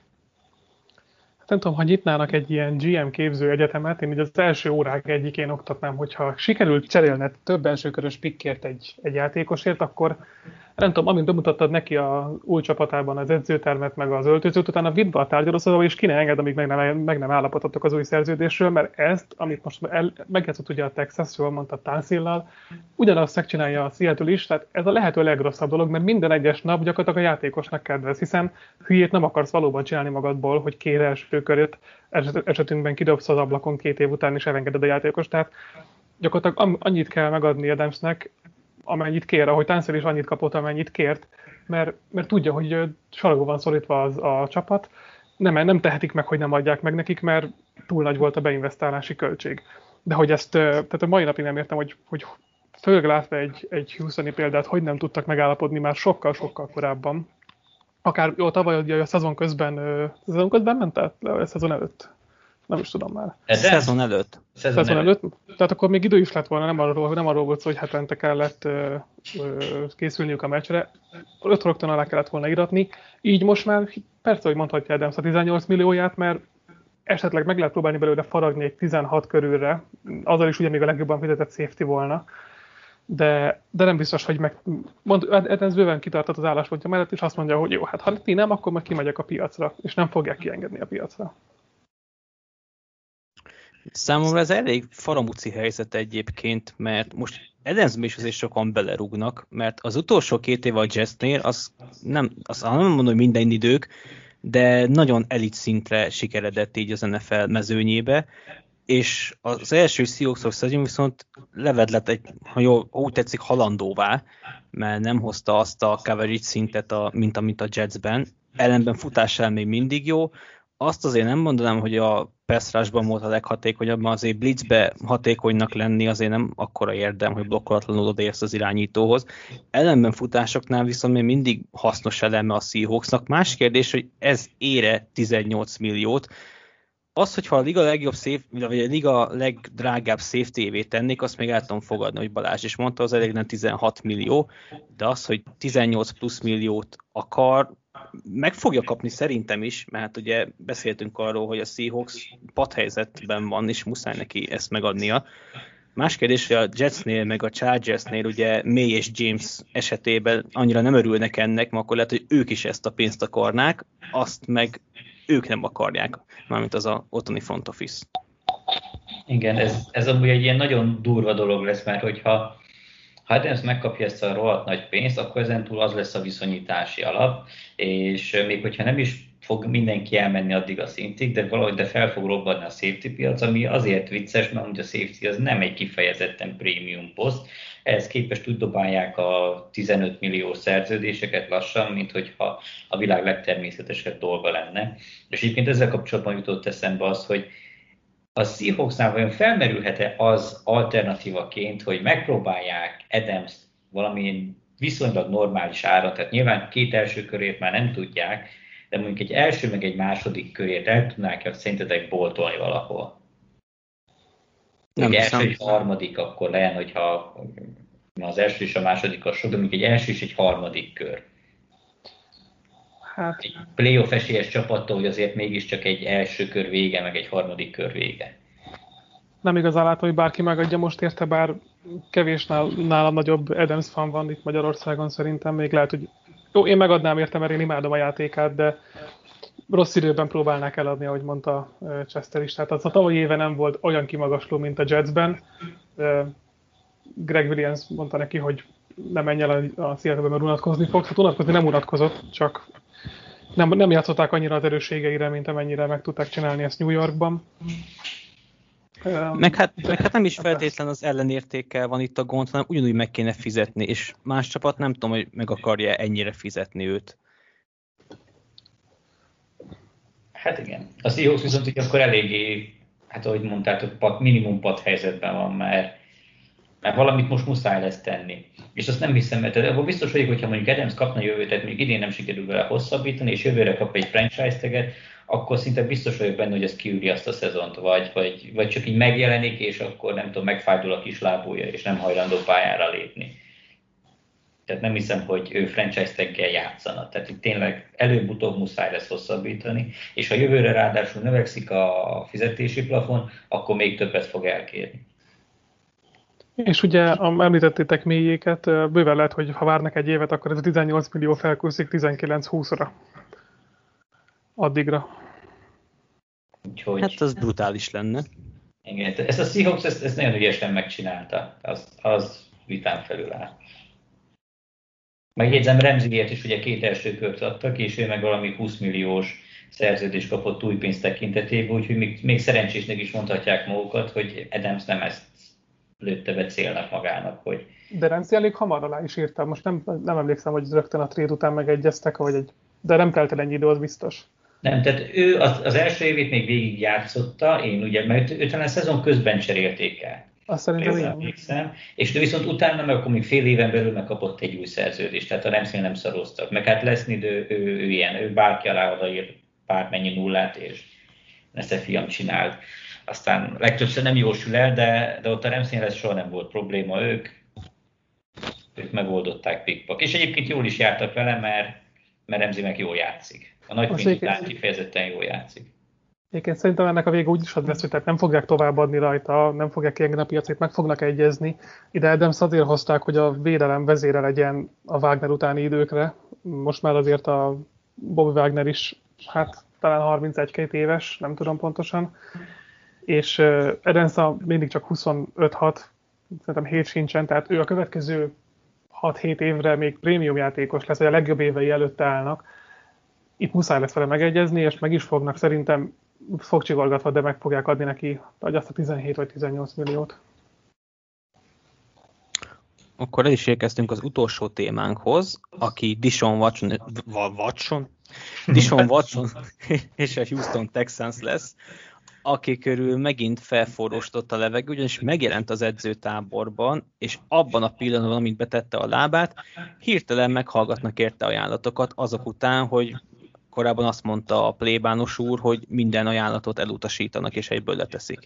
Nem tudom, ha nyitnának egy ilyen GM képző egyetemet, én így az első órák egyikén oktatnám, hogyha sikerült cserélned több elsőkörös pikkért egy játékosért, akkor nem tudom, amint bemutattad neki a új csapatában az edzőtermet, meg az öltözőt, utána vidd be a tárgyalószobába, és ki ne enged, amíg meg nem állapodtatok az új szerződésről, mert ezt, amit most megjátszott ugye a Texas, jól mondta Tansillal, ugyanazt megcsinálja a Seattle is, tehát ez a lehető legrosszabb dolog, mert minden egyes nap gyakorlatilag a játékosnak kedvez, hiszen hülyét nem akarsz valóban csinálni magadból, hogy 2 első körét esetünkben kidobsz az ablakon 2 év után, és elengeded a játékos, tehát gyakorlatilag annyit kell megadni Adamsnek, amennyit kér, ahogy Tansil is annyit kapott, amennyit kért, mert tudja, hogy sarokba van szorítva a csapat, nem tehetik meg, hogy nem adják meg nekik, mert túl nagy volt a beinvestálási költség. De hogy ezt, tehát a mai napig nem értem, hogy főleg látva egy Houstoni példát, hogy nem tudtak megállapodni már sokkal korábban. Akár jó, tavaly a szezon közben ment át, a szezon előtt? Nem is tudom már. Szezon előtt. Tehát akkor még idő is lett volna, nem arról volt szó, hogy hetente kellett készülniük a meccsre. 5 rögtön alá kellett volna iratni. Így most már persze, hogy mondhatja Adams a 18 millióját, mert esetleg meg lehet próbálni belőle faragni egy 16 körülre, azzal is ugye még a legjobban fizetett safety volna. de nem biztos, hogy ez bőven kitartott az álláspontja mellett, és azt mondja, hogy jó, hát ha ti nem, akkor meg kimegyek a piacra, és nem fogják kiengedni a piacra. Számomra ez elég faramúci helyzet egyébként, mert most Adamsbe is azért sokan belerúgnak, mert az utolsó 2 év a Jetsnél, azt nem mondom, hogy minden idők, de nagyon elit szintre sikeredett így az NFL mezőnyébe, és az első Seahawks szezon viszont levedlett egy, ha úgy tetszik, halandóvá, mert nem hozta azt a coverage szintet, mint amit a Jetsben. Ellenben futásán még mindig jó. Azt azért nem mondanám, hogy a pass rushban volt a leghatékonyabb, mert azért blitzbe hatékonynak lenni azért nem akkora érdem, hogy blokkolatlanul odaérsz az irányítóhoz. Ellenben futásoknál viszont még mindig hasznos eleme a Seahawksnak. Más kérdés, hogy ez ére 18 milliót. Az, hogyha a liga legjobb vagy a liga legdrágább safety-évé tennék, azt még el tudom fogadni, hogy Balázs is mondta, az elég nem 16 millió, de az, hogy 18 plusz milliót akar, meg fogja kapni szerintem is, mert hát ugye beszéltünk arról, hogy a Seahawks padhelyzetben van, és muszáj neki ezt megadnia. Más kérdés, hogy a Jetsnél, meg a Chargersnél ugye May és James esetében annyira nem örülnek ennek, mert akkor lehet, hogy ők is ezt a pénzt akarnák, azt meg ők nem akarják, mármint az a otthoni front office. Igen, ez amúgy egy ilyen nagyon durva dolog lesz, mert hogyha Adams megkapja ezt a rohadt nagy pénzt, akkor ezentúl az lesz a viszonyítási alap, és még hogyha nem is fog mindenki elmenni addig a szintig, de valahogy fel fog robbanni a safety piac, ami azért vicces, mert a safety az nem egy kifejezetten prémium poszt, ehhez képest úgy dobálják a 15 millió szerződéseket lassan, mint hogyha a világ legtermészetesebb dolga lenne. És egyébként ezzel kapcsolatban jutott eszembe az, hogy a Seahawksnál vajon felmerülhet-e az alternatívaként, hogy megpróbálják Adams valamilyen viszonylag normális árat, tehát nyilván 2 első körét már nem tudják, de mondjuk egy első meg egy második körét el tudnák szerintetek boltolni valahol? Egy első, egy harmadik, akkor legyen, hogyha az első és a második az sok, de mondjuk egy első és egy harmadik kör. Hát. Egy playoff esélyes csapattól, hogy azért mégiscsak egy első kör vége, meg egy harmadik kör vége. Nem igazán látom, hogy bárki megadja most érte, bár kevés nálam nagyobb Adams fan van itt Magyarországon szerintem. Még lehet, hogy jó, én megadnám érte, mert én imádom a játékát, de rossz időben próbálnák eladni, ahogy mondta Chester is. Tehát az a tavalyi éve nem volt olyan kimagasló, mint a Jetsben. Greg Williams mondta neki, hogy nem menj el a Seattle-be, mert unatkozni fogsz. Hát unatkozni nem unatkozott, csak nem játszották annyira az erősségeire, mint amennyire meg tudták csinálni ezt New Yorkban. Meg hát nem is feltétlen az ellenértékkel van itt a gond, hanem ugyanúgy meg kéne fizetni, és más csapat nem tudom, hogy meg akarja ennyire fizetni őt. Hát igen. A Seahawks viszont így akkor eléggé, hát ahogy mondtátok, minimum pad helyzetben van, mert valamit most muszáj lesz tenni. És azt nem hiszem, mert abban biztos vagyok, hogyha mondjuk Adams kapna jövőt, tehát mondjuk idén nem sikerül vele hosszabbítani, és jövőre kap egy franchise taget, akkor szinte biztos vagyok benne, hogy ez kiüli azt a szezont, vagy csak így megjelenik, és akkor nem tudom, megfájdul a kis lábúja, és nem hajlandó pályára lépni. Tehát nem hiszem, hogy ő franchise taggel játszana. Tehát itt tényleg előbb-utóbb muszáj lesz hosszabbítani, és ha jövőre ráadásul növekszik a fizetési plafon, akkor még többet fog elkérni. És ugye említettétek mélyéket, bőven lehet, hogy ha várnak egy évet, akkor ez a 18 millió felkúszik 19-20-ra. Addigra. Úgyhogy... Hát az brutális lenne. Igen, ezt a Seahawks ezt nagyon ügyesen megcsinálta. Az vitán felül áll. Megjegyzem, Ramseyért is ugye 2 első kört adtak, és ő meg valami 20 milliós szerződést kapott új pénz tekintetében, úgyhogy még szerencsésnek is mondhatják magukat, hogy Adams nem ezt lőtte be célnak magának. Hogy... De Ramsey elég hamar alá is írtam. Most nem emlékszem, hogy rögtön a trade után megegyeztek, de nem telt el ennyi idő, az biztos. Nem, tehát ő az első évét még végig játszotta, mert őt talán a szezon közben cserélték el. Azt szerintem igen. És ő viszont utána, meg akkor még fél éven belül megkapott egy új szerződést, tehát a Ramsey nem szaroztak. Meg hát Leslie, ő ilyen, ő bárki alá odaír bármennyi nullát, és ezt a fiam csinált. Aztán legtöbbször nem jósul el, de ott a Ramsey-nél ez soha nem volt probléma, ők megoldották pikpak. És egyébként jól is jártak vele, mert Ramsey meg jól játszik. A nagy pénz után kifejezetten jól játszik. Egyébként szerintem ennek a vége úgy is az lesz, hogy tehát nem fogják továbbadni rajta, nem fogják kiengedni a piacét, meg fognak egyezni. Ide Adams azért hozták, hogy a védelem vezére legyen a Wagner utáni időkre. Most már azért a Bobby Wagner is, hát talán 31-2 éves, nem tudom pontosan. És Adams mindig csak 25-6, szerintem 7 sincsen, tehát ő a következő 6-7 évre még prémium játékos lesz, vagy a legjobb évei előtt állnak. Itt muszáj lesz vele megegyezni, és meg is fognak szerintem fogcsigorgatva, de meg fogják adni neki azt a 17 vagy 18 milliót. Akkor el is érkeztünk az utolsó témánkhoz, aki Deshaun Watson és a Houston Texans lesz, aki körül megint felforróstott a levegő, ugyanis megjelent az edzőtáborban, és abban a pillanatban, amint betette a lábát, hirtelen meghallgatnak érte ajánlatokat azok után, hogy korábban azt mondta a plébános úr, hogy minden ajánlatot elutasítanak, és egyből leteszik.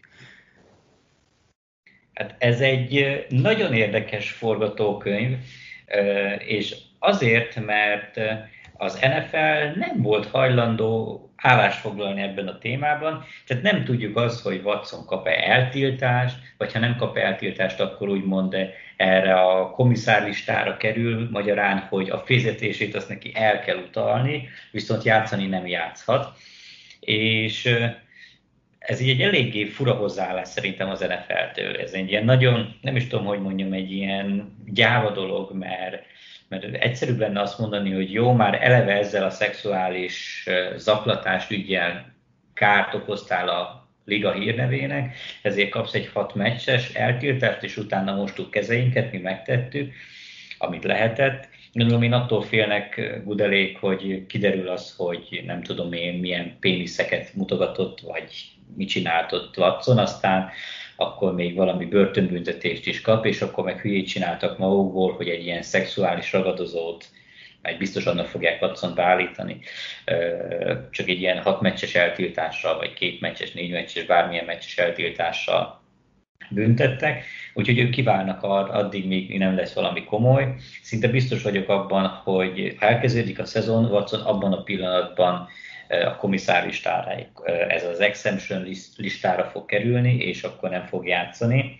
Hát ez egy nagyon érdekes forgatókönyv, és azért, mert az NFL nem volt hajlandó állást foglalni ebben a témában, tehát nem tudjuk azt, hogy Watson kap-e eltiltást, vagy ha nem kap eltiltást, akkor úgymond erre a komisszárlistára kerül, magyarán, hogy a fizetését azt neki el kell utalni, viszont játszani nem játszhat. És ez így egy eléggé fura hozzáállás szerintem az NFL-től. Ez egy ilyen nagyon, nem is tudom, hogy mondjam, egy ilyen gyáva dolog, mert egyszerűbb lenne azt mondani, hogy jó, már eleve ezzel a szexuális zaklatás üggyel kárt okoztál a liga hírnevének, ezért kapsz egy 6 meccses eltiltást, és utána mostuk kezeinket, mi megtettük, amit lehetett. Gondolom, én attól félnek Gudelék, hogy kiderül az, hogy nem tudom én milyen péniszeket mutogatott, vagy mit csinált ott Watson, aztán akkor még valami börtönbüntetést is kap, és akkor meg hülyét csináltak magukból, hogy egy ilyen szexuális ragadozót, mert biztos annak fogják Watsont beállítani, csak egy ilyen 6 meccses eltiltással, vagy 2 meccses, 4 meccses, bármilyen meccses eltiltással büntettek, úgyhogy ők kiválnak addig, míg nem lesz valami komoly. Szinte biztos vagyok abban, hogy ha elkezdődik a szezon, Watson abban a pillanatban a komisszár listára, ez az exemption listára fog kerülni, és akkor nem fog játszani.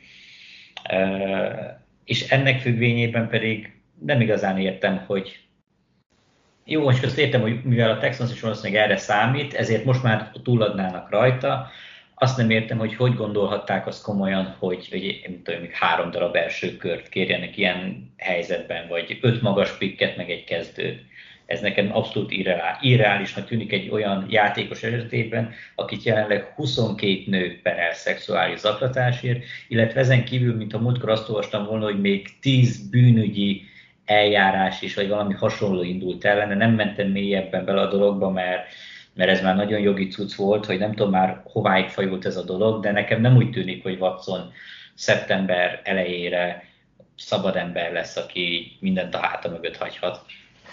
És ennek függvényében pedig nem igazán értem, hogy jó, most azt értem, hogy mivel a Texans is valószínűleg erre számít, ezért most már túladnának rajta. Azt nem értem, hogy gondolhatták azt komolyan, hogy nem tudom, még 3 darab első kört kérjenek ilyen helyzetben, vagy 5 magas pikket, meg egy kezdőt. Ez nekem abszolút irreálisnak tűnik egy olyan játékos esetében, akit jelenleg 22 nő perel szexuális zaklatásért, illetve ezen kívül, mint a múltkor azt olvastam volna, hogy még 10 bűnügyi eljárás is, vagy valami hasonló indult ellene. Nem mentem mélyebben bele a dologba, mert ez már nagyon jogi cucc volt, hogy nem tudom már hováig fajult ez a dolog, de nekem nem úgy tűnik, hogy Watson szeptember elejére szabad ember lesz, aki mindent a háta mögött hagyhat.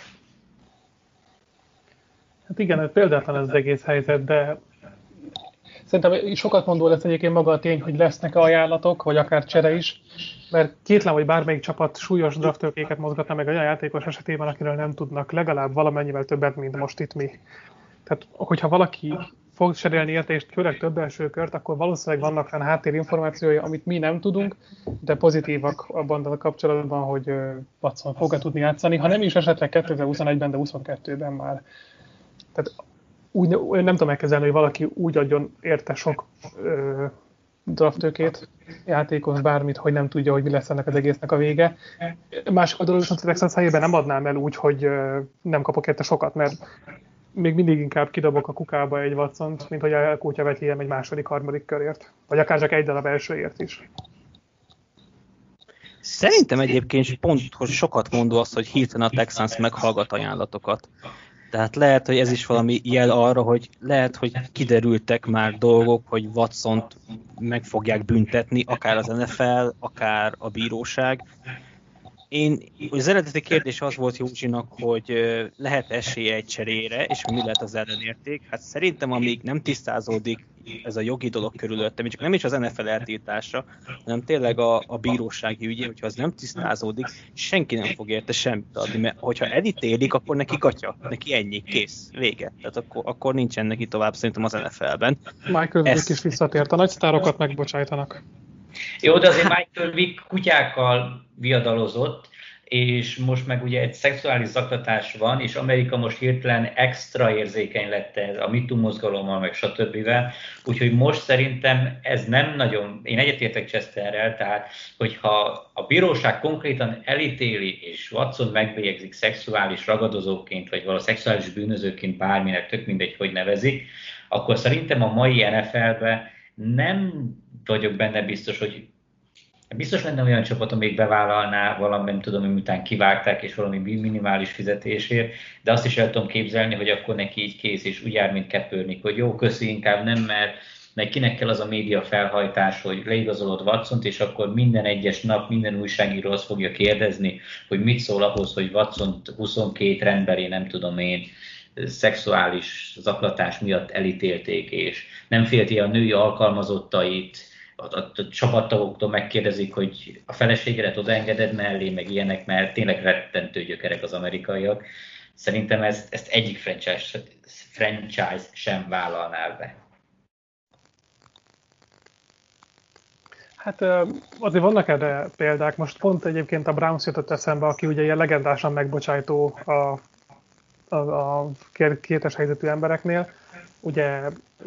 Hát igen, példátlan ez az egész helyzet, de szerintem sokat mondó lesz egyébként maga a tény, hogy lesznek ajánlatok, vagy akár csere is, mert kétlem, hogy bármelyik csapat súlyos draftölkéket mozgatna meg olyan játékos esetében, akiről nem tudnak legalább valamennyivel többet, mint most itt mi. Tehát, hogyha valaki fog cserélni érte, és főleg több első kört, akkor valószínűleg vannak rá háttérinformációi, amit mi nem tudunk, de pozitívak abban a kapcsolatban, hogy Watson fog tudni játszani, ha nem is esetleg 2021-ben, de 2022-ben már. Tehát úgy nem tudom elkezdeni, hogy valaki úgy adjon érte sok draftőkét, játékos bármit, hogy nem tudja, hogy mi lesz ennek az egésznek a vége. Másik a dolog, viszont a Texans helyében nem adnám el úgy, hogy nem kapok érte sokat, mert még mindig inkább kidobok a kukába egy Watsont, mint hogy elkútyavetjem egy második, harmadik körért. Vagy akár csak egy darab elsőért is. Szerintem egyébként pont, hogy sokat mondó az, hogy hirtelen a Texans meghallgat ajánlatokat. Tehát lehet, hogy ez is valami jel arra, hogy lehet, hogy kiderültek már dolgok, hogy Watsont meg fogják büntetni, akár az NFL, akár a bíróság. Az eredeti kérdés az volt Józsinak, hogy lehet esélye egy cserére, és mi lehet az ellenérték. Hát szerintem, amíg nem tisztázódik ez a jogi dolog körülöttem, csak nem is az NFL eltiltása, hanem tényleg a bírósági ügye, hogyha az nem tisztázódik, senki nem fog érte semmit adni, mert hogyha elítélik, akkor neki gatya, neki ennyi, kész, vége. Tehát akkor nincsen neki tovább szerintem az NFL-ben. Michael Vick is visszatért, a nagy sztárokat megbocsájtanak. Jó, de azért Michael Vick kutyákkal viadalozott, és most meg ugye egy szexuális zaklatás van, és Amerika most hirtelen extra érzékeny lett a MeToo mozgalommal, meg stb. Úgyhogy most szerintem ez nem nagyon, én egyetértek Chesterrel, tehát hogyha a bíróság konkrétan elítéli, és Watson megbélyegzik szexuális ragadozóként, vagy valami szexuális bűnözőként, bárminek, tök mindegy, hogy nevezik, akkor szerintem a mai NFL-ben nem vagyok benne biztos, hogy biztos lenne olyan csapat, amelyik bevállalná valami, nem tudom, miután kivágták, és valami minimális fizetésért, de azt is el tudom képzelni, hogy akkor neki így kész, és úgy jár, mint Kaepernick, hogy jó, köszi, inkább nem, mert kinek kell az a média felhajtás, hogy leigazolod Watsont, és akkor minden egyes nap minden újságíró azt fogja kérdezni, hogy mit szól ahhoz, hogy Watsont 22 rendbeli, nem tudom én, szexuális zaklatás miatt elítélték, és nem félti a női alkalmazottait, a csapattagoktól megkérdezik, hogy a feleségedet odaengeded mellé, meg ilyenek, mert tényleg rettentő gyökerek az amerikaiak. Szerintem ezt egyik franchise sem vállalná be. Hát azért vannak erre példák. Most pont egyébként a Browns jutott eszembe, aki ugye ilyen legendásan megbocsájtó a kétes helyzetű embereknél. Ugye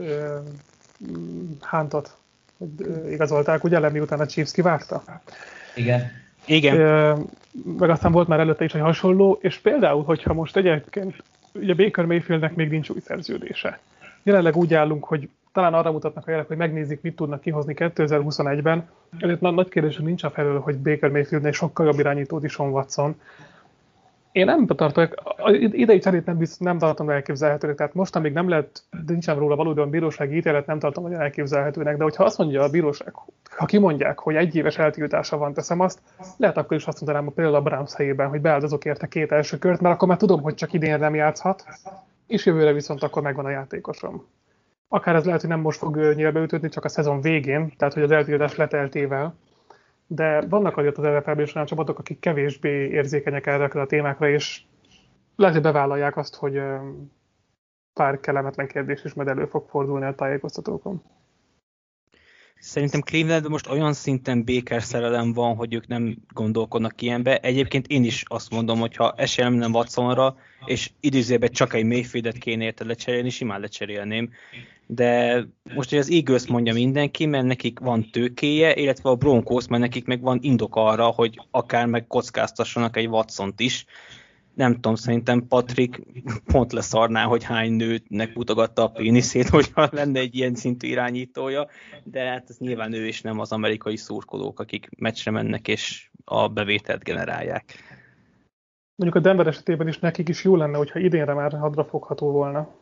Huntot igazolták, ugye, miután a Chiefs kivágta? Igen. Meg aztán volt már előtte is egy hasonló, és például, hogyha most egyébként, ugye Baker Mayfieldnek még nincs új szerződése. Jelenleg úgy állunk, hogy talán arra mutatnak a jelek, hogy megnézik, mit tudnak kihozni 2021-ben. Ezért nagy kérdés, hogy nincs a felől, hogy Baker Mayfieldnél sokkal jobb irányító Deshaun Watson. Én nem tartok, idei cserét nem tartom elképzelhetőnek, tehát most, amíg nincsen róla valóban bírósági ítélet, nem tartom olyan elképzelhetőnek, de hogyha azt mondja a bíróság, ha kimondják, hogy 1 éves eltiltása van, teszem azt, lehet akkor is azt mondanám például a Browns helyében, hogy beáldozok érte 2 első kört, mert akkor már tudom, hogy csak idén nem játszhat, és jövőre viszont akkor megvan a játékosom. Akár ez lehet, hogy nem most fog nyílbeütődni, csak a szezon végén, tehát hogy az eltiltás leteltével. De vannak azért az NFL-ben is olyan csapatok, akik kevésbé érzékenyek erre a témákra, és lehet, hogy bevállalják azt, hogy pár kellemetlen kérdés is majd elő fog fordulni a tájékoztatókon. Szerintem Clevelandben most olyan szinten Baker szerelem van, hogy ők nem gondolkodnak ilyenbe. Egyébként én is azt mondom, hogy ha esélyem nem Watsonra, és idézőben csak egy Mayfieldet kéne érte lecserélni, simán lecserélném. De most, hogy az Eagles mondja mindenki, mert nekik van tőkéje, illetve a Broncos, mert nekik meg van indok arra, hogy akár meg kockáztassanak egy Watsont is. Nem tudom, szerintem Patrick pont leszarná, hogy hány nőnek mutogatta a péniszét, hogyha lenne egy ilyen szintű irányítója, de hát ez nyilván ő is nem az amerikai szurkolók, akik meccsre mennek és a bevételt generálják. Mondjuk a Denver esetében is nekik is jó lenne, hogyha idénre már hadra fogható volna.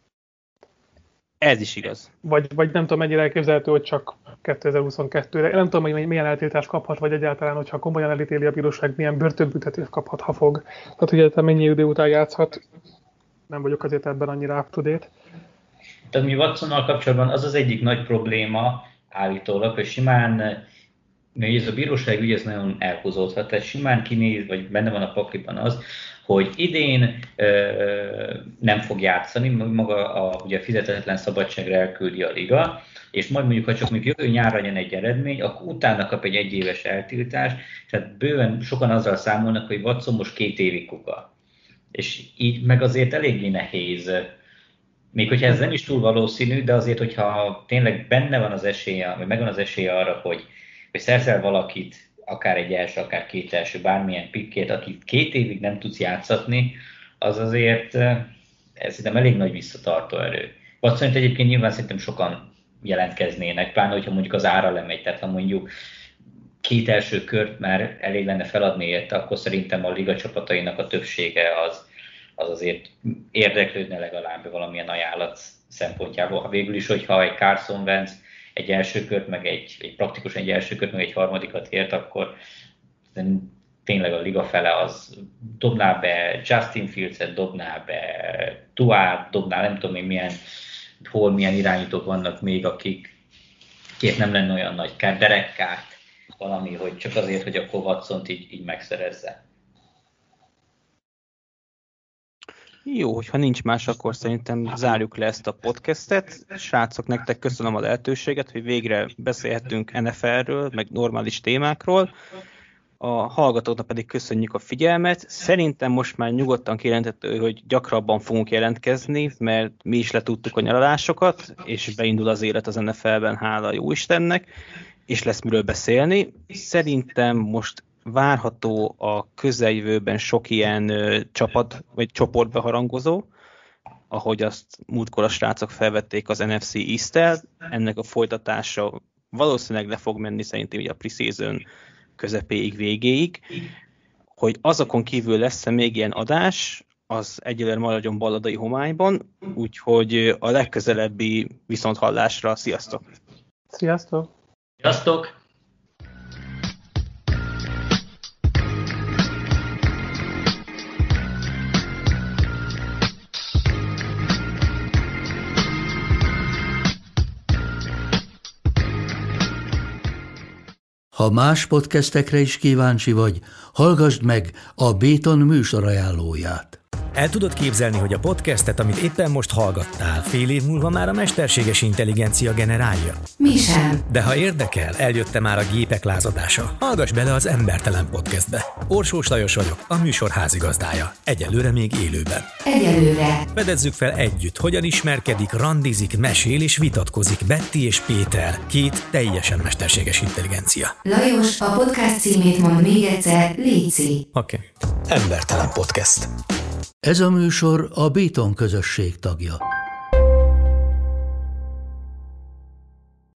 Ez is igaz. Vagy nem tudom, mennyire elképzelhető, hogy csak 2022-re. Nem tudom, hogy milyen eltiltást kaphat, vagy egyáltalán, hogyha komolyan elítéli a bíróság, milyen börtönbüntetést kaphat, ha fog. Tehát, hogy egyáltalán mennyi idő után játszhat. Nem vagyok azért ebben annyira up-to-date. Tehát mi Watsonnal kapcsolatban az az egyik nagy probléma állítólag, hogy simán, mert ez a bíróság ügy ez nagyon elhúzódhat, tehát simán kinéz, vagy benne van a pakliban az, hogy idén nem fog játszani, maga ugye fizetetlen szabadságra elküldi a liga, és majd mondjuk, ha csak még jövő nyárra jön egy eredmény, akkor utána kap egy 1 éves eltiltást, és hát bőven sokan azzal számolnak, hogy Watson most 2 évig kuka. És így meg azért eléggé nehéz, még hogyha ez nem is túl valószínű, de azért, hogyha tényleg benne van az esélye, vagy megvan az esélye arra, hogy szerzel valakit, akár egy első, akár 2 első, bármilyen pikkét, akit 2 évig nem tudsz játszatni, az azért ez szerintem elég nagy visszatartó erő. Watsont egyébként nyilván szerintem sokan jelentkeznének, pláne, hogyha mondjuk az ára lemegy, tehát ha mondjuk 2 első kört már elég lenne feladni érte, akkor szerintem a liga csapatainak a többsége az azért érdeklődne legalább valamilyen ajánlat szempontjából. Ha végül is, hogyha egy Carson Wentz egy első kört, meg egy praktikusan egy első kört, meg egy harmadikat ért, akkor tényleg a liga fele az dobná be Justin Fields-et, dobná be Tuát, dobná nem tudom én milyen irányítók vannak még, akik nem lenne olyan nagy kár, Derek Carrt, valami, hogy csak azért, hogy akkor Watsont így megszerezze. Jó, hogyha nincs más, akkor szerintem zárjuk le ezt a podcastet. Srácok, nektek köszönöm a lehetőséget, hogy végre beszélhetünk NFL-ről, meg normális témákról. A hallgatóknak pedig köszönjük a figyelmet. Szerintem most már nyugodtan kijelenthető, hogy gyakrabban fogunk jelentkezni, mert mi is letudtuk a nyaralásokat, és beindul az élet az NFL-ben, hála jó Istennek, és lesz miről beszélni. Szerintem most várható a közeljövőben sok ilyen csapat vagy csoportbeharangozó, ahogy azt múltkor a srácok felvették az NFC East-tel. Ennek a folytatása valószínűleg le fog menni szerintem így a preseason közepéig, végéig. Hogy azokon kívül lesz még ilyen adás, az egyelőre maradjon balladai homályban, úgyhogy a legközelebbi viszonthallásra, sziasztok! Sziasztok! Sziasztok! Ha más podcastekre is kíváncsi vagy, hallgassd meg a Béton műsor ajánlóját. El tudod képzelni, hogy a podcastet, amit éppen most hallgattál, fél év múlva már a mesterséges intelligencia generálja? Mi sem. De ha érdekel, eljött már a gépek lázadása. Hallgass bele az Embertelen podcastbe. Orsós Lajos vagyok, a műsor házigazdája. Egyelőre még élőben. Egyelőre. Fedezzük fel együtt, hogyan ismerkedik, randizik, mesél és vitatkozik Betty és Péter, két teljesen mesterséges intelligencia. Lajos, a podcast címét mond még egyszer, léci. Oké. Embertelen podcast. Ez a műsor a Béton közösség tagja.